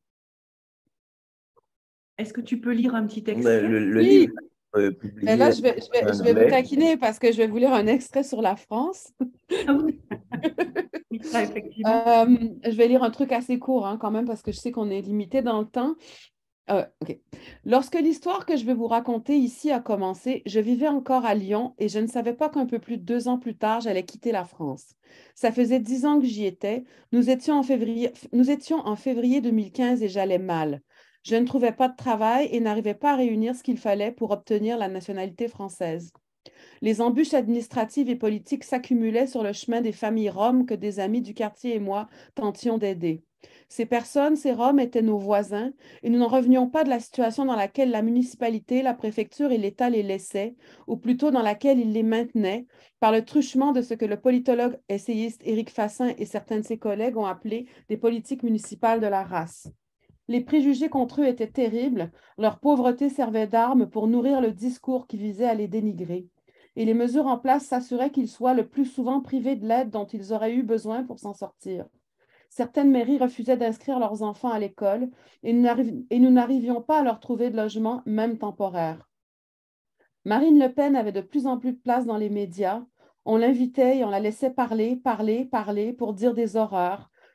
Est-ce que tu peux lire un petit extrait? Le Oui. livre publié. Mais là, je vais vous taquiner parce que je vais vous lire un extrait sur la France. Ah oui. Ça, effectivement. Je vais lire un truc assez court hein, quand même parce que je sais qu'on est limité dans le temps. OK. Lorsque l'histoire que je vais vous raconter ici a commencé, je vivais encore à Lyon et je ne savais pas qu'un peu plus de 2 ans plus tard, j'allais quitter la France. Ça faisait 10 ans que j'y étais. Nous étions en février 2015 et j'allais mal. Je ne trouvais pas de travail et n'arrivais pas à réunir ce qu'il fallait pour obtenir la nationalité française. Les embûches administratives et politiques s'accumulaient sur le chemin des familles roms que des amis du quartier et moi tentions d'aider. Ces personnes, ces Roms, étaient nos voisins et nous n'en revenions pas de la situation dans laquelle la municipalité, la préfecture et l'État les laissaient, ou plutôt dans laquelle ils les maintenaient, par le truchement de ce que le politologue essayiste Éric Fassin et certains de ses collègues ont appelé des politiques municipales de la race. Les préjugés contre eux étaient terribles, leur pauvreté servait d'arme pour nourrir le discours qui visait à les dénigrer. Et les mesures en place s'assuraient qu'ils soient le plus souvent privés de l'aide dont ils auraient eu besoin pour s'en sortir. Certaines mairies refusaient d'inscrire leurs enfants à l'école et nous n'arrivions pas à leur trouver de logement, même temporaire. Marine Le Pen avait de plus en plus de place dans les médias. On l'invitait et on la laissait parler pour dire des horreurs,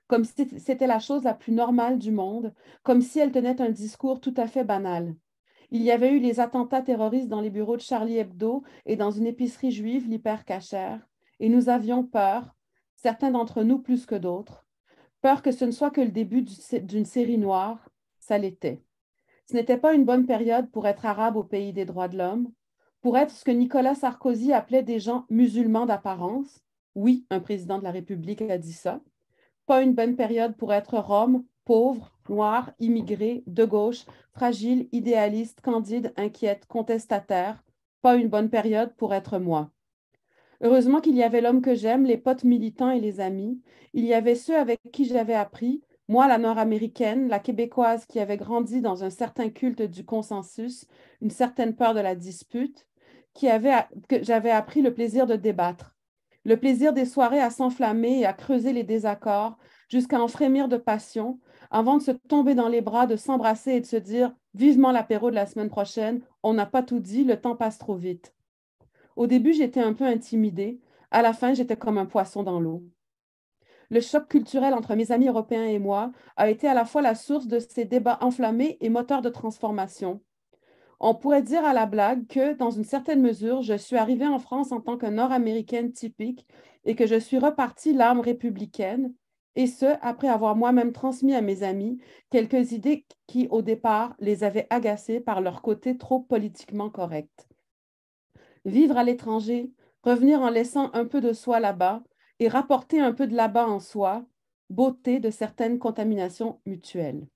comme si c'était la chose la plus normale du monde, comme si elle tenait un discours tout à fait banal. Il y avait eu les attentats terroristes dans les bureaux de Charlie Hebdo et dans une épicerie juive, l'Hyper Cacher, et nous avions peur, certains d'entre nous plus que d'autres, peur que ce ne soit que le début d'une série noire, ça l'était. Ce n'était pas une bonne période pour être arabe au pays des droits de l'homme, pour être ce que Nicolas Sarkozy appelait des gens musulmans d'apparence. Oui, un président de la République a dit ça. Pas une bonne période pour être rome, pauvre, noir, immigré, de gauche, fragile, idéaliste, candide, inquiète, contestataire. Pas une bonne période pour être moi. Heureusement qu'il y avait l'homme que j'aime, les potes militants et les amis. Il y avait ceux avec qui j'avais appris, moi, la nord-américaine, la québécoise qui avait grandi dans un certain culte du consensus, une certaine peur de la dispute, que j'avais appris le plaisir de débattre, le plaisir des soirées à s'enflammer et à creuser les désaccords jusqu'à en frémir de passion, avant de se tomber dans les bras, de s'embrasser et de se dire « Vivement l'apéro de la semaine prochaine, on n'a pas tout dit, le temps passe trop vite. » Au début, j'étais un peu intimidée. À la fin, j'étais comme un poisson dans l'eau. Le choc culturel entre mes amis européens et moi a été à la fois la source de ces débats enflammés et moteur de transformation. On pourrait dire à la blague que, dans une certaine mesure, je suis arrivée en France en tant que nord-américaine typique et que je suis repartie l'âme républicaine, et ce, après avoir moi-même transmis à mes amis quelques idées qui, au départ, les avaient agacés par leur côté trop politiquement correct. Vivre à l'étranger, revenir en laissant un peu de soi là-bas et rapporter un peu de là-bas en soi, beauté de certaines contaminations mutuelles.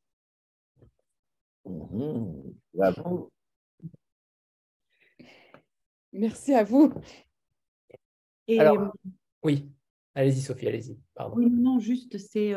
Bravo. Merci à vous. Et Alors, oui, allez-y Sophie, allez-y. Pardon. oui, non, juste, c'est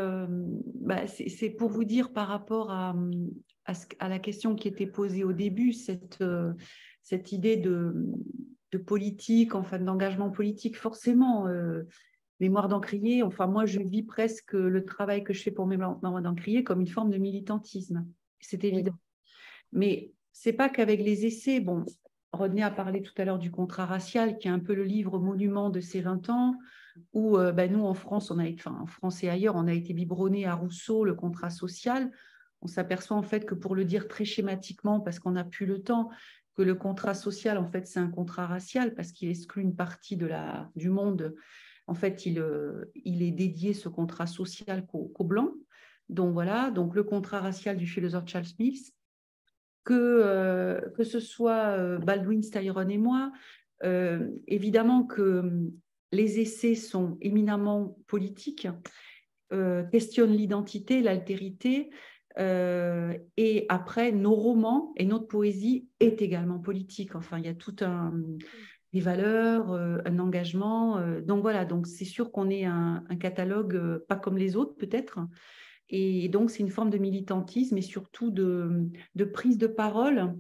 pour vous dire par rapport à la question qui était posée au début, cette idée de politique, enfin d'engagement politique, forcément, Mémoire d'Encrier, enfin moi je vis presque le travail que je fais pour Mémoire d'Encrier comme une forme de militantisme, c'est évident. Mais c'est pas qu'avec les essais, bon, Rodney a parlé tout à l'heure du contrat racial, qui est un peu le livre monument de ces 20 ans, où nous en France, en France et ailleurs, on a été biberonnés à Rousseau, le contrat social. On s'aperçoit en fait que pour le dire très schématiquement, parce qu'on n'a plus le temps, que le contrat social, en fait, c'est un contrat racial parce qu'il exclut une partie du monde. En fait, il est dédié, ce contrat social, qu'aux Blancs. Donc voilà, donc le contrat racial du philosophe Charles Mills, que ce soit Baldwin, Styron et moi, évidemment que les essais sont éminemment politiques, questionnent l'identité, l'altérité, et après, nos romans et notre poésie est également politique. Enfin, il y a tout des valeurs, un engagement. Donc voilà, donc c'est sûr qu'on est un catalogue pas comme les autres peut-être. Et donc, c'est une forme de militantisme et surtout de prise de parole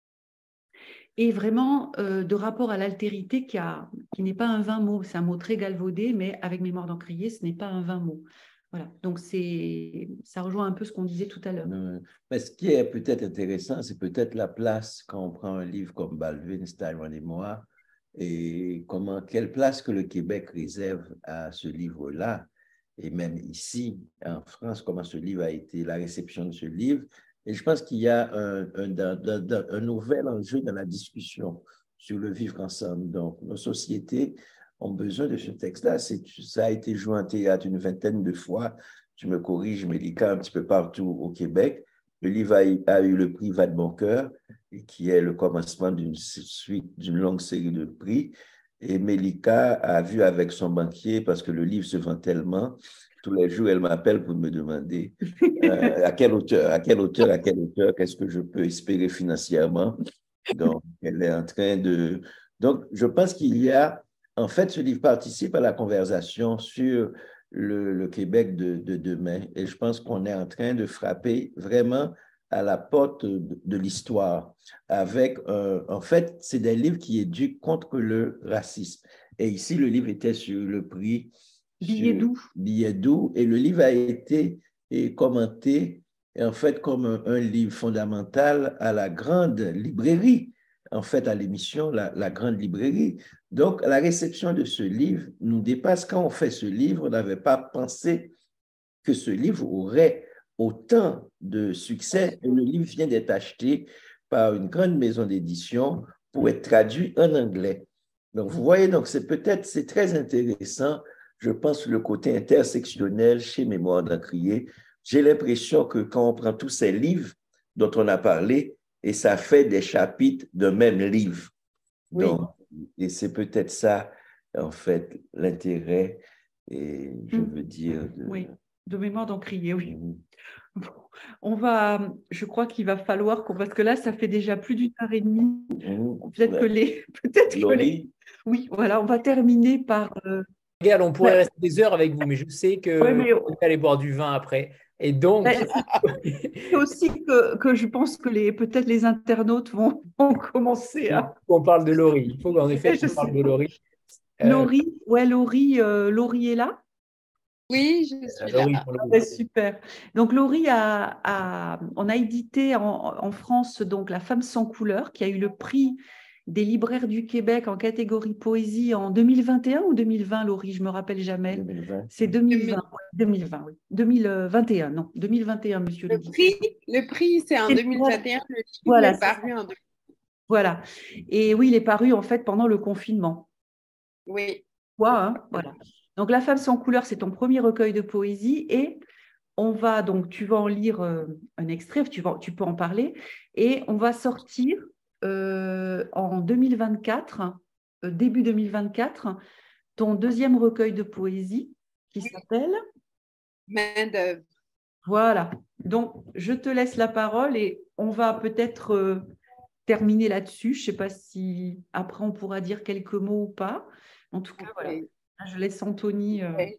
et vraiment de rapport à l'altérité qui n'est pas un vain mot. C'est un mot très galvaudé, mais avec Mémoire d'Encrier, ce n'est pas un vain mot. Voilà, donc ça rejoint un peu ce qu'on disait tout à l'heure. Mais ce qui est peut-être intéressant, c'est peut-être la place quand on prend un livre comme Baldwin, Styron et moi, et quelle place que le Québec réserve à ce livre-là, et même ici, en France, comment ce livre a été, la réception de ce livre. Et je pense qu'il y a un nouvel enjeu dans la discussion sur le vivre ensemble. Donc, nos sociétés ont besoin de ce texte-là. Ça a été joué en théâtre une vingtaine de fois. Tu me corriges, Mélika, un petit peu partout au Québec. Le livre a eu le prix Va de bon cœur, qui est le commencement d'une longue série de prix. Et Mélika a vu avec son banquier, parce que le livre se vend tellement, tous les jours, elle m'appelle pour me demander à quel auteur, qu'est-ce que je peux espérer financièrement. Donc, elle est en train de... Donc, je pense qu'il y a... En fait, ce livre participe à la conversation sur le Québec de demain. Et je pense qu'on est en train de frapper vraiment à la porte de l'histoire. Avec, en fait, c'est des livres qui éduquent contre le racisme. Et ici, le livre était sur le prix Billet doux. Et le livre a été commenté, en fait, comme un livre fondamental à la grande librairie, en fait, à l'émission la grande librairie. Donc, la réception de ce livre nous dépasse. Quand on fait ce livre, on n'avait pas pensé que ce livre aurait autant de succès. Et le livre vient d'être acheté par une grande maison d'édition pour être traduit en anglais. Donc, vous voyez, donc c'est très intéressant, je pense, le côté intersectionnel chez Mémoire d'Encrier. J'ai l'impression que quand on prend tous ces livres dont on a parlé, et ça fait des chapitres d'un même livre. Oui. Donc, et c'est peut-être ça, en fait, l'intérêt, et je veux dire... Oui, de Mémoire d'Encrier, oui. Bon, je crois qu'il va falloir parce que là, ça fait déjà plus d'1 h 30. Peut-être que les... Oui, voilà, on va terminer par... Regarde, on pourrait rester des heures avec vous, mais je sais que vous allez aller boire du vin après. Et donc... C'est aussi que je pense que peut-être les internautes vont commencer à... On parle de Laurie. Il faut qu'en effet, je parle de Laurie. Laurie est là? Oui, je suis là. Super. Donc, Laurie on a édité en France donc La Femme sans couleur, qui a eu le prix des libraires du Québec en catégorie poésie en 2021 ou 2020, Laurie, je ne me rappelle jamais. 2020. C'est 2020. 2020, oui. 2021, non, 2021, monsieur le prix, c'est en 2021. Le livre voilà, est paru en 2021. Voilà. Et oui, il est paru en fait pendant le confinement. Oui. Voilà. Donc, La Femme sans couleur, c'est ton premier recueil de poésie et tu vas en lire un extrait, tu peux en parler et on va sortir en 2024, début 2024, ton deuxième recueil de poésie qui s'appelle Main d'œuvre. Voilà. Donc, je te laisse la parole et on va peut-être terminer là-dessus. Je ne sais pas si après on pourra dire quelques mots ou pas. En tout cas, voilà. Je laisse Anthony.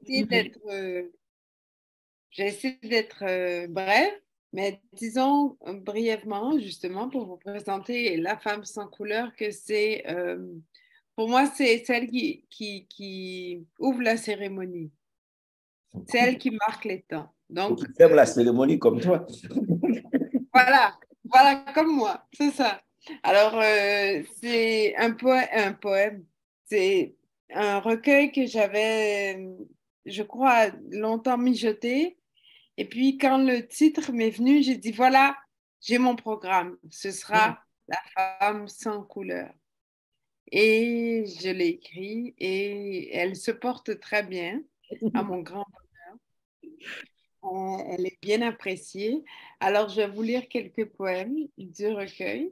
J'ai essayé d'être brève, mais disons brièvement, justement, pour vous présenter La Femme sans couleur, que c'est, pour moi, c'est celle qui ouvre la cérémonie. C'est elle qui marque les temps. Donc, qui ferme la cérémonie comme toi. Voilà, comme moi, c'est ça. Alors, c'est un poème. C'est un recueil que j'avais, je crois, longtemps mijoté. Et puis, quand le titre m'est venu, j'ai dit, voilà, j'ai mon programme. Ce sera La Femme sans couleur. Et je l'ai écrit et elle se porte très bien, à mon grand bonheur. Elle est bien appréciée. Alors, je vais vous lire quelques poèmes du recueil.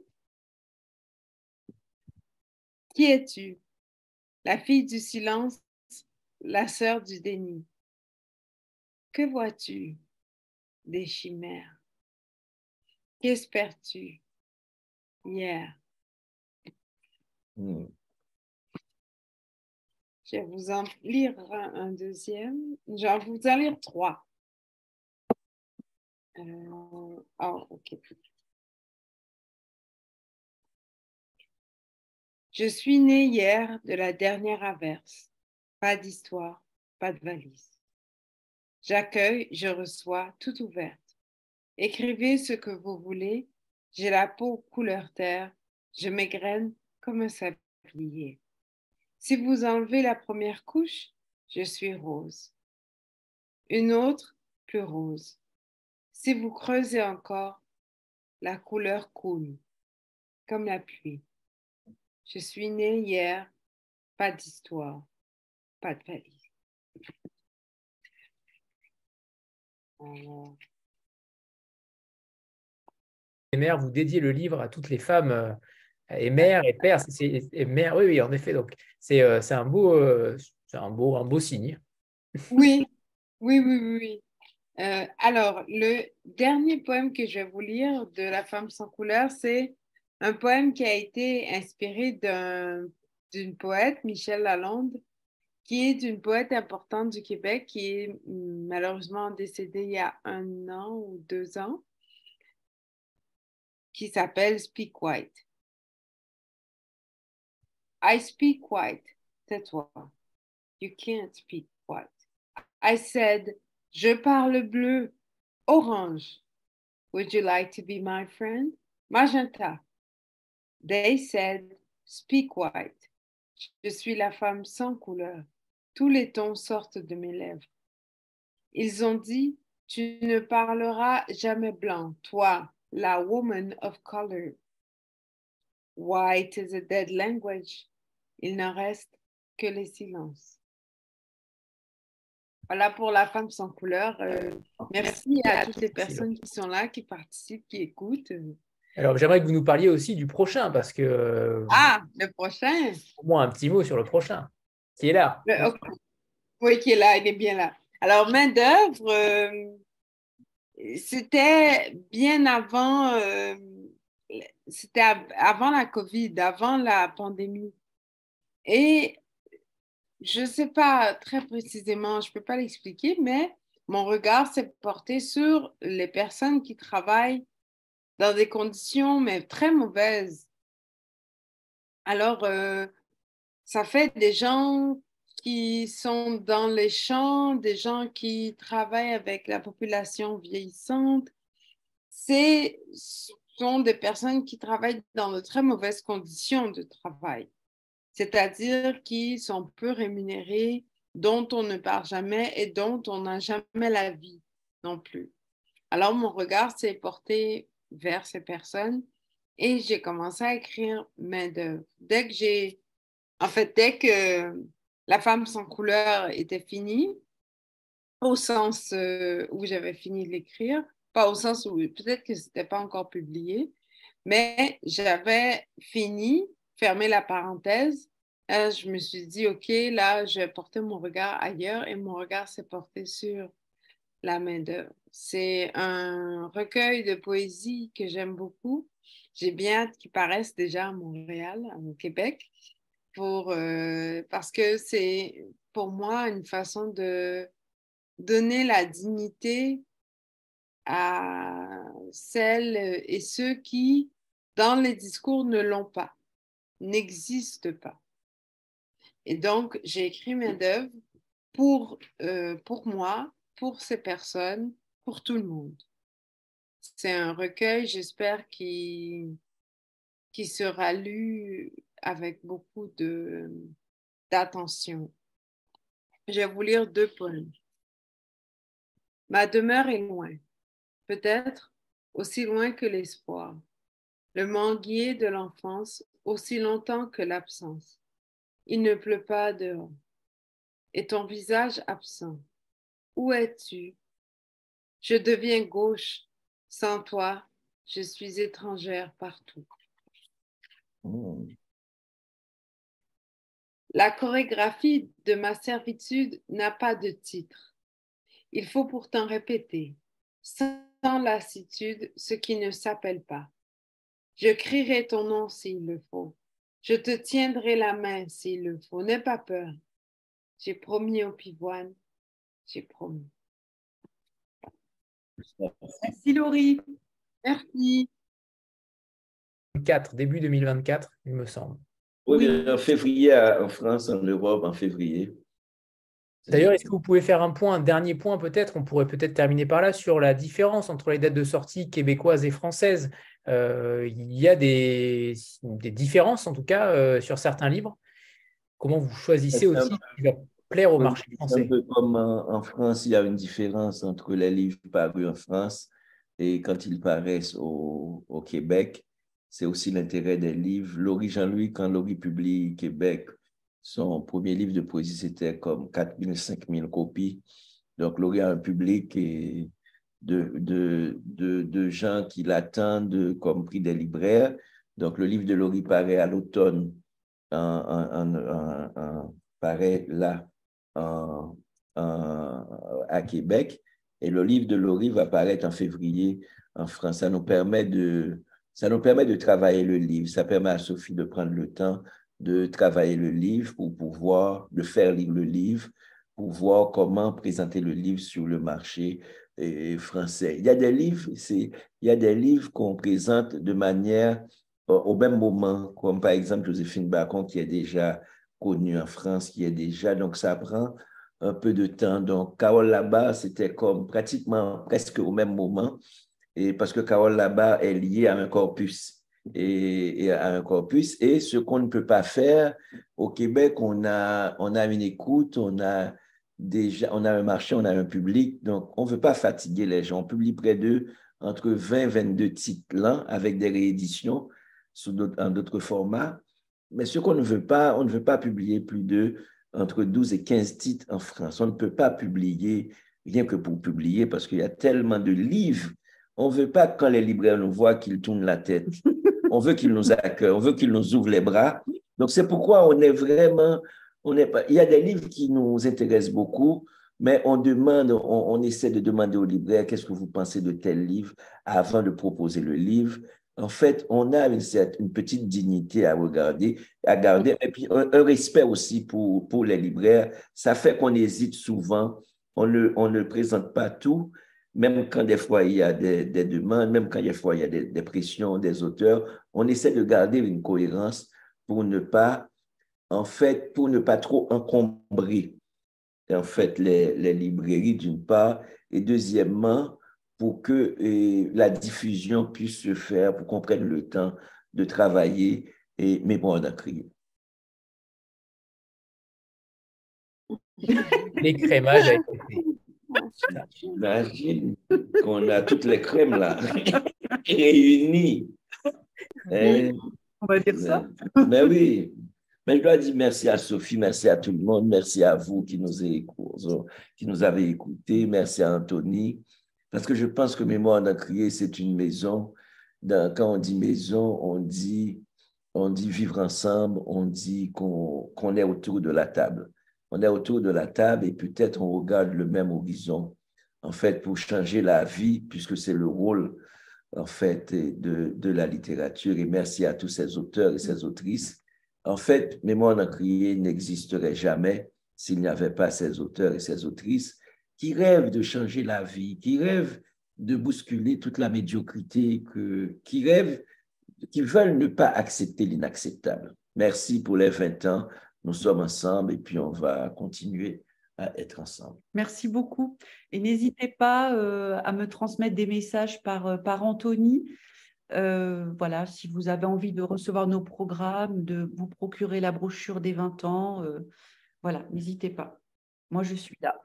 Qui es-tu? La fille du silence, la sœur du déni. Que vois-tu? Des chimères. Qu'espères-tu? Hier. Je vais vous en lire un deuxième. Je vais vous en lire 3. Ok. Je suis née hier de la dernière averse. Pas d'histoire, pas de valise. J'accueille, je reçois, tout ouverte. Écrivez ce que vous voulez. J'ai la peau couleur terre. Je m'égrène comme un sablier. Si vous enlevez la première couche, je suis rose. Une autre, plus rose. Si vous creusez encore, la couleur coule, comme la pluie. Je suis née hier, pas d'histoire, pas de valise. Et mère, vous dédiez le livre à toutes les femmes et mères et pères. Et mères, oui, en effet. Donc, c'est un beau signe. Oui. Alors, le dernier poème que je vais vous lire de La Femme sans couleur, c'est un poème qui a été inspiré d'une poète, Michel Lalonde, qui est une poète importante du Québec, qui est malheureusement décédée il y a 1 an ou 2 ans, qui s'appelle Speak White. I speak white, tais-toi. You can't speak white. I said, je parle bleu, orange. Would you like to be my friend? Magenta. They said, speak white. Je suis la femme sans couleur. Tous les tons sortent de mes lèvres. Ils ont dit, Tu ne parleras jamais blanc, toi, la woman of color. White is a dead language. Il ne reste que les silences. Voilà pour la femme sans couleur. Merci à toutes les personnes qui sont là, qui participent, qui écoutent. Alors, j'aimerais que vous nous parliez aussi du prochain, parce que le prochain. au moins un petit mot sur le prochain, qui est là. Okay. Oui, qui est là, il est bien là. Alors, main d'œuvre, c'était bien avant, c'était avant la COVID, avant la pandémie. Et je ne sais pas très précisément, je ne peux pas l'expliquer, mais mon regard s'est porté sur les personnes qui travaillent dans des conditions mais très mauvaises. Alors, ça fait des gens qui sont dans les champs, des gens qui travaillent avec la population vieillissante. Ce sont des personnes qui travaillent dans de très mauvaises conditions de travail, c'est-à-dire qui sont peu rémunérées, dont on ne parle jamais et dont on n'a jamais la vie non plus. Alors, mon regard s'est porté vers ces personnes et j'ai commencé à écrire main d'œuvre. Dès que La femme sans couleur était finie, au sens où j'avais fini de l'écrire, pas au sens où peut-être que ce n'était pas encore publié, mais j'avais fini, fermé la parenthèse. Je me suis dit, OK, là, je vais porter mon regard ailleurs et mon regard s'est porté sur la main d'œuvre. C'est un recueil de poésie que j'aime beaucoup. J'ai bien hâte qu'il paraisse déjà à Montréal, au Québec, parce que c'est pour moi une façon de donner la dignité à celles et ceux qui, dans les discours, ne l'ont pas, n'existent pas. Et donc, j'ai écrit main d'œuvre pour moi, pour ces personnes, pour tout le monde. C'est un recueil, j'espère, qui sera lu avec beaucoup d'attention. Je vais vous lire 2 poèmes. Ma demeure est loin, peut-être aussi loin que l'espoir, le manguier de l'enfance aussi longtemps que l'absence. Il ne pleut pas dehors, et ton visage absent. Où es-tu? Je deviens gauche, sans toi, je suis étrangère partout. La chorégraphie de ma servitude n'a pas de titre. Il faut pourtant répéter, sans lassitude, ce qui ne s'appelle pas. Je crierai ton nom s'il le faut. Je te tiendrai la main s'il le faut. N'aie pas peur. J'ai promis au pivoine. J'ai promis. Merci Laurie. Merci. Début 2024, il me semble. Oui, en février en France, en Europe, en février. D'ailleurs, est-ce que vous pouvez faire un dernier point peut-être, on pourrait peut-être terminer par là, sur la différence entre les dates de sortie québécoises et françaises. Il y a des différences, en tout cas, sur certains livres. Comment vous choisissez aussi ce qui va plaire au marché français? Un peu comme en France, il y a une différence entre les livres parus en France et quand ils paraissent au Québec. C'est aussi l'intérêt des livres. Laurie Jean-Louis, quand Laurie publie Québec, son premier livre de poésie, c'était comme 4 000, 5 000 copies. Donc, Laurie a un public de gens qui l'attendent, compris des libraires. Donc, le livre de Laurie paraît à l'automne, paraît là à Québec. Et le livre de Laurie va paraître en février en France. Ça nous permet de travailler le livre. Ça permet à Sophie de prendre le temps de travailler le livre de faire lire le livre, pour voir comment présenter le livre sur le marché français. Il y a des livres qu'on présente de manière au même moment, comme par exemple Joséphine Bacon, qui est déjà connue en France, donc ça prend un peu de temps. Donc, Carole Labarre, c'était comme presque au même moment, et parce que Carole Labarre est liée à un corpus. Et ce qu'on ne peut pas faire au Québec, on a une écoute, on a déjà, on a un marché, on a un public, donc on ne veut pas fatiguer les gens. On publie près de entre 20 et 22 titres là, avec des rééditions en d'autres formats. Mais ce qu'on ne veut pas, on ne veut pas publier plus de entre 12 et 15 titres en France. On ne peut pas publier rien que pour publier parce qu'il y a tellement de livres. On ne veut pas que quand les libraires nous voient qu'ils tournent la tête. On veut qu'ils nous accueillent, on veut qu'ils nous ouvrent les bras. Donc, c'est pourquoi on est vraiment... Il y a des livres qui nous intéressent beaucoup, mais on essaie de demander aux libraires qu'est-ce que vous pensez de tel livre avant de proposer le livre. En fait, on a une petite dignité à garder, et puis un respect aussi pour les libraires. Ça fait qu'on hésite souvent, on ne présente pas tout, même quand des fois il y a des demandes, même quand des fois il y a des pressions des auteurs, on essaie de garder une cohérence pour ne pas trop encombrer en fait les librairies d'une part, et deuxièmement, pour que la diffusion puisse se faire, pour qu'on prenne le temps de travailler et Mémoire d'un crier. L'écrémage a été fait. J'imagine qu'on a toutes les crèmes là, réunies. On va dire ça. Mais oui. Mais je dois dire merci à Sophie, merci à tout le monde, merci à vous qui nous avez écoutés, merci à Anthony, parce que je pense que Mémoire d'un crier, c'est une maison. Quand on dit maison, on dit vivre ensemble, on dit qu'on est autour de la table. On est autour de la table et peut-être on regarde le même horizon, en fait, pour changer la vie, puisque c'est le rôle, en fait, de la littérature. Et merci à tous ces auteurs et ces autrices. En fait, Mémoire d'un crier n'existerait jamais s'il n'y avait pas ces auteurs et ces autrices qui rêvent de changer la vie, qui rêvent de bousculer toute la médiocrité, qui veulent ne pas accepter l'inacceptable. Merci pour les 20 ans. Nous sommes ensemble et puis on va continuer à être ensemble. Merci beaucoup. Et n'hésitez pas à me transmettre des messages par Anthony. Voilà, si vous avez envie de recevoir nos programmes, de vous procurer la brochure des 20 ans, voilà, n'hésitez pas. Moi, je suis là.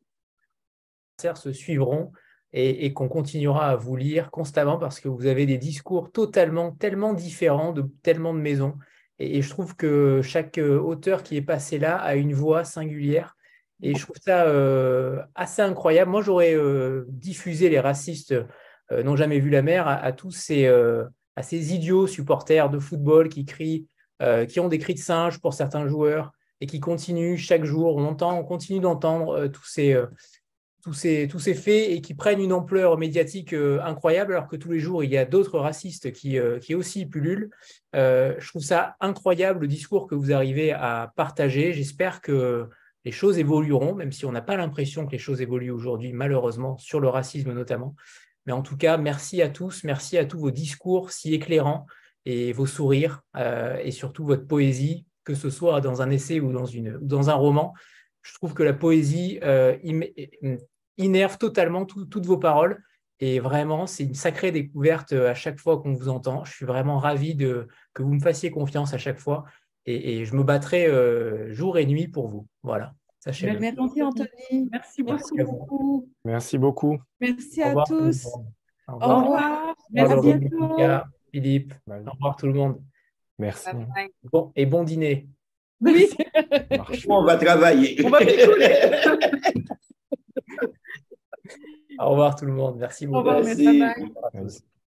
Se suivront et qu'on continuera à vous lire constamment parce que vous avez des discours tellement différents de tellement de maisons. Et je trouve que chaque auteur qui est passé là a une voix singulière. Et je trouve ça assez incroyable. Moi, j'aurais diffusé Les racistes n'ont jamais vu la mer à tous ces idiots supporters de football qui crient, qui ont des cris de singe pour certains joueurs et qui continuent chaque jour. On continue d'entendre tous ces faits et qui prennent une ampleur médiatique incroyable alors que tous les jours, il y a d'autres racistes qui aussi pullulent. Je trouve ça incroyable le discours que vous arrivez à partager. J'espère que les choses évolueront, même si on n'a pas l'impression que les choses évoluent aujourd'hui, malheureusement, sur le racisme notamment. Mais en tout cas, merci à tous vos discours si éclairants et vos sourires et surtout votre poésie, que ce soit dans un essai ou dans un roman. Je trouve que la poésie innerve totalement toutes vos paroles et vraiment, c'est une sacrée découverte à chaque fois qu'on vous entend. Je suis vraiment ravi que vous me fassiez confiance à chaque fois et je me battrai jour et nuit pour vous. Voilà. Sachez-le. Merci Anthony. Merci beaucoup. Merci beaucoup. Merci à tous. Au Au revoir. Merci. À bientôt. Philippe. Au revoir tout le monde. Merci. Bon, et bon dîner. Oui. On va travailler. On va picoler. Au revoir tout le monde. Merci beaucoup. Au revoir, Merci. bye bye. Merci.